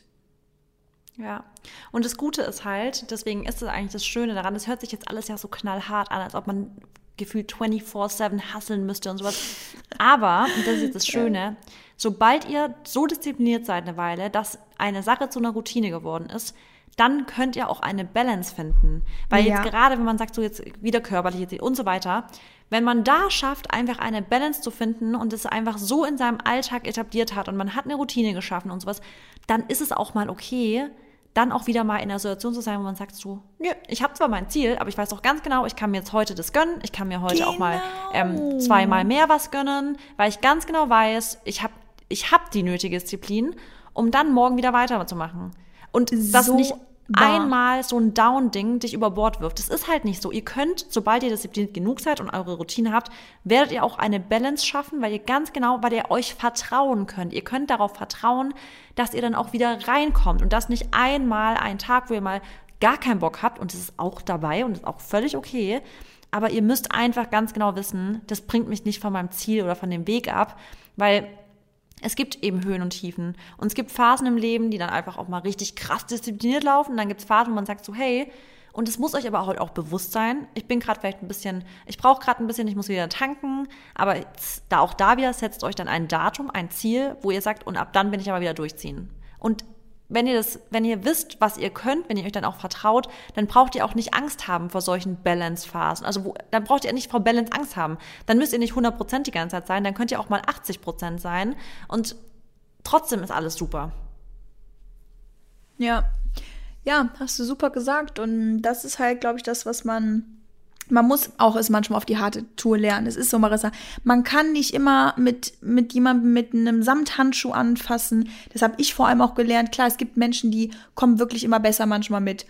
B: Ja, und das Gute ist halt, deswegen ist es eigentlich das Schöne daran, das hört sich jetzt alles ja so knallhart an, als ob man gefühlt 24/7 hustlen müsste und sowas. Aber, und das ist jetzt das Schöne, sobald ihr so diszipliniert seid eine Weile, dass eine Sache zu einer Routine geworden ist, dann könnt ihr auch eine Balance finden. Weil jetzt gerade, wenn man sagt, so jetzt wieder körperlich und so weiter, wenn man da schafft, einfach eine Balance zu finden und es einfach so in seinem Alltag etabliert hat und man hat eine Routine geschaffen und sowas, dann ist es auch mal okay, dann auch wieder mal in einer Situation zu sein, wo man sagt so, nö, ich habe zwar mein Ziel, aber ich weiß auch ganz genau, ich kann mir jetzt heute das gönnen, ich kann mir heute auch mal 2-mal mehr was gönnen, weil ich ganz genau weiß, ich hab die nötige Disziplin, um dann morgen wieder weiterzumachen. Und das nicht einmal so ein Down-Ding dich über Bord wirft. Das ist halt nicht so. Ihr könnt, sobald ihr diszipliniert genug seid und eure Routine habt, werdet ihr auch eine Balance schaffen, weil ihr euch vertrauen könnt. Ihr könnt darauf vertrauen, dass ihr dann auch wieder reinkommt und das nicht einmal ein Tag, wo ihr mal gar keinen Bock habt und das ist auch dabei und das ist auch völlig okay, aber ihr müsst einfach ganz genau wissen, das bringt mich nicht von meinem Ziel oder von dem Weg ab, weil es gibt eben Höhen und Tiefen und es gibt Phasen im Leben, die dann einfach auch mal richtig krass diszipliniert laufen und dann gibt es Phasen, wo man sagt so, hey, und es muss euch aber heute auch bewusst sein, ich brauche gerade ein bisschen, ich muss wieder tanken, aber auch da wieder setzt euch dann ein Datum, ein Ziel, wo ihr sagt, und ab dann bin ich aber wieder durchziehen. Und wenn ihr wisst, was ihr könnt, wenn ihr euch dann auch vertraut, dann braucht ihr auch nicht Angst haben vor solchen Balance-Phasen. Also dann braucht ihr nicht vor Balance Angst haben. Dann müsst ihr nicht 100% die ganze Zeit sein, dann könnt ihr auch mal 80% sein und trotzdem ist alles super.
A: Ja, hast du super gesagt und das ist halt, glaube ich, das, was man muss auch es manchmal auf die harte Tour lernen. Es ist so, Marissa, man kann nicht immer mit jemandem mit einem Samthandschuh anfassen. Das habe ich vor allem auch gelernt. Klar, es gibt Menschen, die kommen wirklich immer besser manchmal mit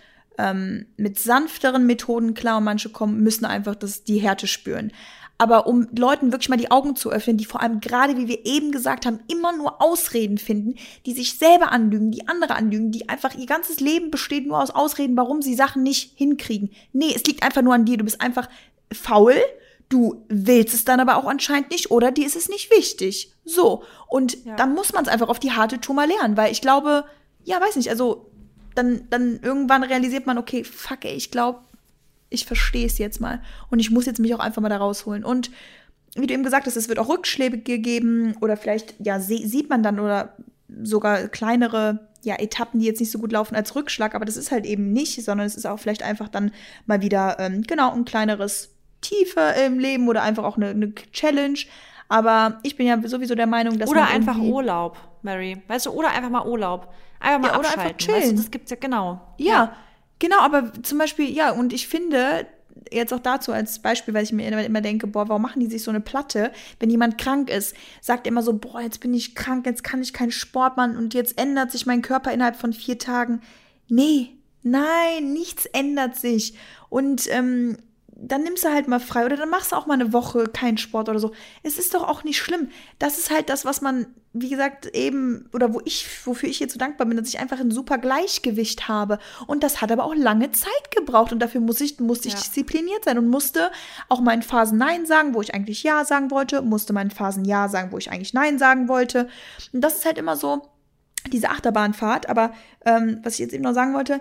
A: sanfteren Methoden klar und manche müssen einfach die Härte spüren. Aber um Leuten wirklich mal die Augen zu öffnen, die vor allem gerade, wie wir eben gesagt haben, immer nur Ausreden finden, die sich selber anlügen, die andere anlügen, die einfach ihr ganzes Leben besteht nur aus Ausreden, warum sie Sachen nicht hinkriegen. Nee, es liegt einfach nur an dir. Du bist einfach faul, du willst es dann aber auch anscheinend nicht oder dir ist es nicht wichtig. So, und dann muss man es einfach auf die harte Tour mal lernen, weil ich glaube, weiß nicht, also dann irgendwann realisiert man, okay, fuck ey, ich glaube, ich verstehe es jetzt mal. Und ich muss jetzt mich auch einfach mal da rausholen. Und wie du eben gesagt hast, es wird auch Rückschläge geben oder vielleicht, sieht man dann oder sogar kleinere, Etappen, die jetzt nicht so gut laufen als Rückschlag. Aber das ist halt eben nicht, sondern es ist auch vielleicht einfach dann mal wieder, ein kleineres Tiefe im Leben oder einfach auch eine Challenge. Aber ich bin ja sowieso der Meinung, dass
B: oder einfach Urlaub, Mary. Weißt du, oder einfach mal Urlaub. Einfach mal abschalten. Oder einfach chillen. Weißt du, das gibt's ja genau.
A: Ja. Genau, aber zum Beispiel, und ich finde, jetzt auch dazu als Beispiel, weil ich mir immer denke, boah, warum machen die sich so eine Platte, wenn jemand krank ist, sagt immer so, boah, jetzt bin ich krank, jetzt kann ich keinen Sport machen und jetzt ändert sich mein Körper innerhalb von 4 Tagen. Nee, nein, nichts ändert sich. Und dann nimmst du halt mal frei oder dann machst du auch mal eine Woche keinen Sport oder so. Es ist doch auch nicht schlimm. Das ist halt das, was man, wie gesagt, eben, oder wofür ich jetzt so dankbar bin, dass ich einfach ein super Gleichgewicht habe. Und das hat aber auch lange Zeit gebraucht und dafür musste ich diszipliniert sein und musste auch mal in Phasen Nein sagen, wo ich eigentlich Ja sagen wollte, musste mal in Phasen Ja sagen, wo ich eigentlich Nein sagen wollte. Und das ist halt immer so diese Achterbahnfahrt. Aber was ich jetzt eben noch sagen wollte,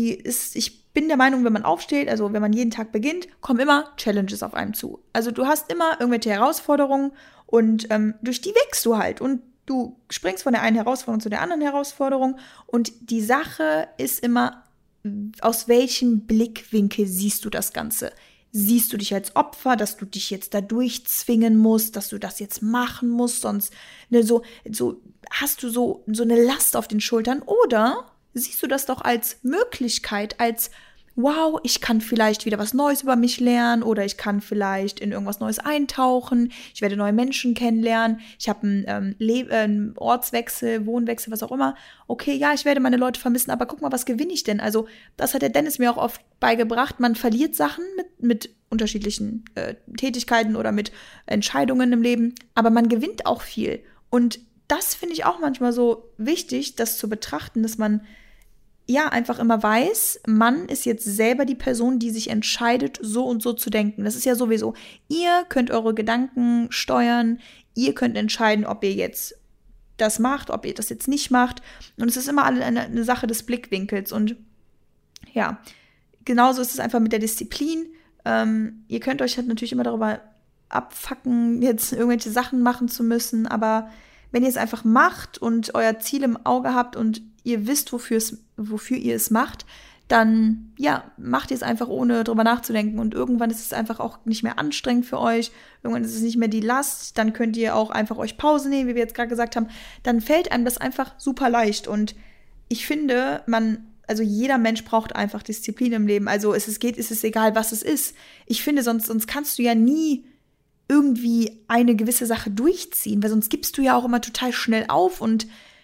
A: ich bin der Meinung, wenn man aufsteht, also wenn man jeden Tag beginnt, kommen immer Challenges auf einem zu. Also du hast immer irgendwelche Herausforderungen und durch die wächst du halt. Und Du springst von der einen Herausforderung zu der anderen Herausforderung und die Sache ist immer, aus welchem Blickwinkel siehst du das Ganze? Siehst du dich als Opfer, dass du dich jetzt da durchzwingen musst, dass du das jetzt machen musst, sonst so hast du so eine Last auf den Schultern? Oder siehst du das doch als Möglichkeit, als wow, ich kann vielleicht wieder was Neues über mich lernen oder ich kann vielleicht in irgendwas Neues eintauchen, ich werde neue Menschen kennenlernen, ich habe einen Ortswechsel, Wohnwechsel, was auch immer. Okay, ja, ich werde meine Leute vermissen, aber guck mal, was gewinne ich denn? Also das hat der Dennis mir auch oft beigebracht, man verliert Sachen mit unterschiedlichen Tätigkeiten oder mit Entscheidungen im Leben, aber man gewinnt auch viel. Und das finde ich auch manchmal so wichtig, das zu betrachten, dass man ja einfach immer weiß, man ist jetzt selber die Person, die sich entscheidet, so und so zu denken. Das ist ja sowieso, ihr könnt eure Gedanken steuern, ihr könnt entscheiden, ob ihr jetzt das macht, ob ihr das jetzt nicht macht. Und es ist immer eine Sache des Blickwinkels. Und ja, genauso ist es einfach mit der Disziplin. Ihr könnt euch halt natürlich immer darüber abfacken, jetzt irgendwelche Sachen machen zu müssen, aber wenn ihr es einfach macht und euer Ziel im Auge habt und ihr wisst, wofür ihr es macht, dann ja, macht ihr es einfach, ohne drüber nachzudenken. Und irgendwann ist es einfach auch nicht mehr anstrengend für euch. Irgendwann ist es nicht mehr die Last. Dann könnt ihr auch einfach euch Pause nehmen, wie wir jetzt gerade gesagt haben. Dann fällt einem das einfach super leicht. Und ich finde, also jeder Mensch braucht einfach Disziplin im Leben. Also ist es egal, was es ist. Ich finde, sonst kannst du ja nie irgendwie eine gewisse Sache durchziehen, weil sonst gibst du ja auch immer total schnell auf und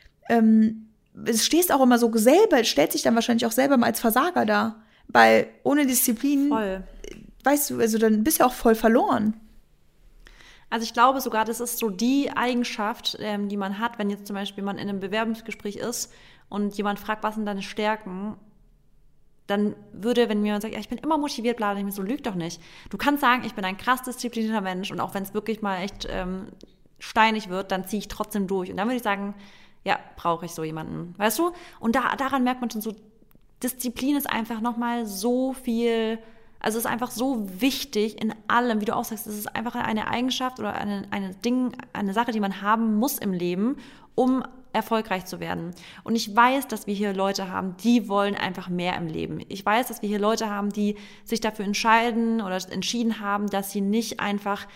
A: es stehst auch immer so selber, stellt sich dann wahrscheinlich auch selber mal als Versager da, weil ohne Disziplin, weißt du, also dann bist du ja auch voll verloren.
B: Also ich glaube sogar, das ist so die Eigenschaft, die man hat, wenn jetzt zum Beispiel man in einem Bewerbungsgespräch ist und jemand fragt, was sind deine Stärken, dann würde, wenn mir jemand sagt, ja, ich bin immer motiviert, bla, dann ich mir so, lüg doch nicht. Du kannst sagen, ich bin ein krass disziplinierter Mensch und auch wenn es wirklich mal echt steinig wird, dann ziehe ich trotzdem durch. Und dann würde ich sagen, ja, brauche ich so jemanden, weißt du? Und daran merkt man schon so, Disziplin ist einfach nochmal so viel, also ist einfach so wichtig in allem, wie du auch sagst, es ist einfach eine Eigenschaft oder eine Sache, die man haben muss im Leben, um erfolgreich zu werden. Und ich weiß, dass wir hier Leute haben, die wollen einfach mehr im Leben. Ich weiß, dass wir hier Leute haben, die sich dafür entscheiden oder entschieden haben, dass sie nicht einfach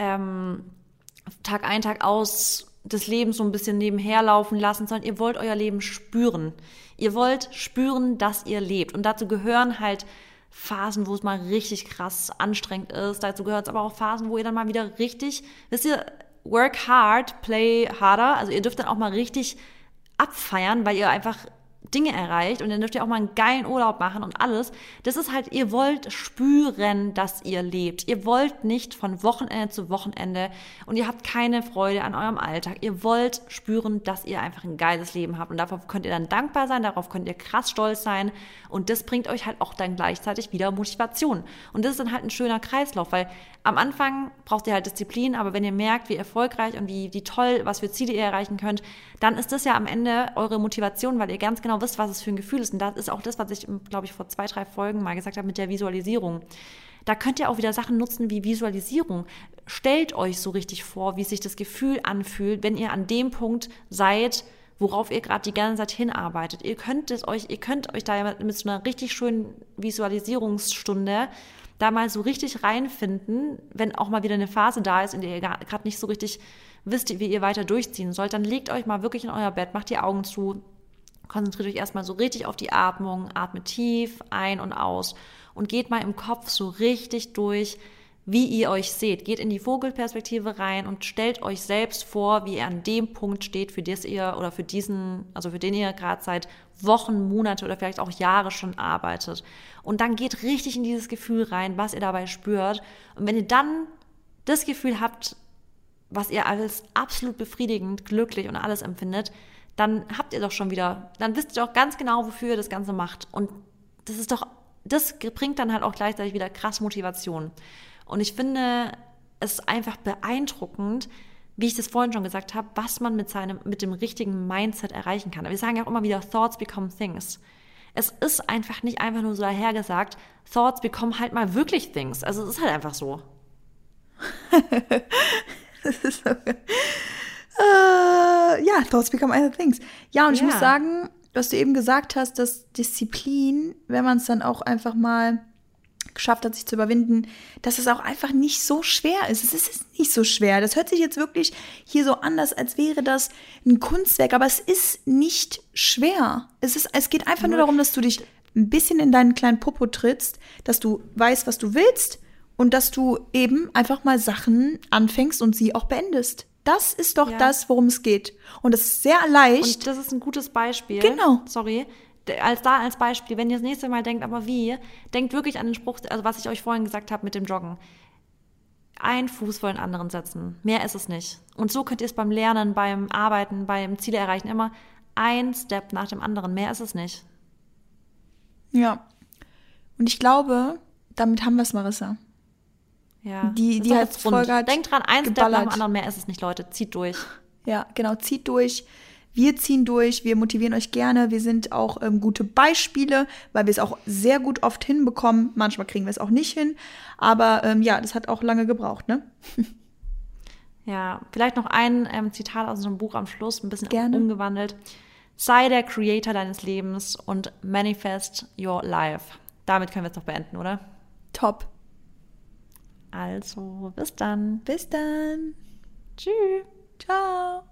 B: Tag ein, Tag aus des Lebens so ein bisschen nebenher laufen lassen, sondern ihr wollt euer Leben spüren. Ihr wollt spüren, dass ihr lebt. Und dazu gehören halt Phasen, wo es mal richtig krass anstrengend ist. Dazu gehört es aber auch Phasen, wo ihr dann mal wieder richtig, wisst ihr, work hard, play harder. Also ihr dürft dann auch mal richtig abfeiern, weil ihr einfach Dinge erreicht und dann dürft ihr auch mal einen geilen Urlaub machen und alles. Das ist halt, ihr wollt spüren, dass ihr lebt. Ihr wollt nicht von Wochenende zu Wochenende und ihr habt keine Freude an eurem Alltag. Ihr wollt spüren, dass ihr einfach ein geiles Leben habt und darauf könnt ihr dann dankbar sein, darauf könnt ihr krass stolz sein und das bringt euch halt auch dann gleichzeitig wieder Motivation. Und das ist dann halt ein schöner Kreislauf, weil am Anfang braucht ihr halt Disziplin, aber wenn ihr merkt, wie erfolgreich und wie toll, was für Ziele ihr erreichen könnt, dann ist das ja am Ende eure Motivation, weil ihr ganz genau wisst, was es für ein Gefühl ist. Und das ist auch das, was ich, glaube ich, vor 2, 3 Folgen mal gesagt habe mit der Visualisierung. Da könnt ihr auch wieder Sachen nutzen wie Visualisierung. Stellt euch so richtig vor, wie sich das Gefühl anfühlt, wenn ihr an dem Punkt seid, worauf ihr gerade die ganze Zeit hinarbeitet. Ihr könnt euch da mit so einer richtig schönen Visualisierungsstunde da mal so richtig reinfinden, wenn auch mal wieder eine Phase da ist, in der ihr gerade nicht so richtig wisst, wie ihr weiter durchziehen sollt, dann legt euch mal wirklich in euer Bett, macht die Augen zu, konzentriert euch erstmal so richtig auf die Atmung, atmet tief ein und aus und geht mal im Kopf so richtig durch, wie ihr euch seht. Geht in die Vogelperspektive rein und stellt euch selbst vor, wie ihr an dem Punkt steht, für den ihr gerade seit Wochen, Monate oder vielleicht auch Jahre schon arbeitet. Und dann geht richtig in dieses Gefühl rein, was ihr dabei spürt. Und wenn ihr dann das Gefühl habt, was ihr als absolut befriedigend, glücklich und alles empfindet, dann habt ihr doch schon wieder, dann wisst ihr doch ganz genau, wofür ihr das Ganze macht. Und das bringt dann halt auch gleichzeitig wieder krass Motivation. Und ich finde es einfach beeindruckend, wie ich das vorhin schon gesagt habe, was man mit dem richtigen Mindset erreichen kann. Wir sagen ja auch immer wieder, Thoughts become things. Es ist einfach nicht einfach nur so dahergesagt, Thoughts become halt mal wirklich things. Also es ist halt einfach so.
A: Das ist so. Ja, thoughts become other things. Ja, und ich
B: Ja.
A: muss sagen, was du eben gesagt hast, dass Disziplin, wenn man es dann auch einfach mal geschafft hat, sich zu überwinden, dass es auch einfach nicht so schwer ist. Es ist nicht so schwer. Das hört sich jetzt wirklich hier so anders, als wäre das ein Kunstwerk, aber es ist nicht schwer. Es geht einfach nur darum, dass du dich ein bisschen in deinen kleinen Popo trittst, dass du weißt, was du willst und dass du eben einfach mal Sachen anfängst und sie auch beendest. Das ist doch das, worum es geht. Und das ist sehr leicht.
B: Und das ist ein gutes Beispiel.
A: Genau.
B: Sorry. Als Beispiel, wenn ihr das nächste Mal denkt, aber wie, denkt wirklich an den Spruch, also was ich euch vorhin gesagt habe mit dem Joggen. Ein Fuß vor den anderen setzen. Mehr ist es nicht. Und so könnt ihr es beim Lernen, beim Arbeiten, beim Ziele erreichen immer ein Step nach dem anderen. Mehr ist es nicht.
A: Ja. Und ich glaube, damit haben wir es, Marissa.
B: Ja.
A: Die
B: ist doch
A: hat
B: jetzt rund.
A: Folge hat
B: Denkt dran, ein Step nach dem anderen. Mehr ist es nicht, Leute. Zieht durch.
A: Ja, genau, zieht durch. Wir ziehen durch, wir motivieren euch gerne. Wir sind auch gute Beispiele, weil wir es auch sehr gut oft hinbekommen. Manchmal kriegen wir es auch nicht hin. Aber ja, das hat auch lange gebraucht, ne?
B: Ja, vielleicht noch ein Zitat aus unserem Buch am Schluss, ein bisschen
A: Gerne.
B: umgewandelt. Sei der Creator deines Lebens und manifest your life. Damit können wir es doch beenden, oder?
A: Top.
B: Also, bis dann.
A: Bis dann.
B: Tschüss.
A: Ciao.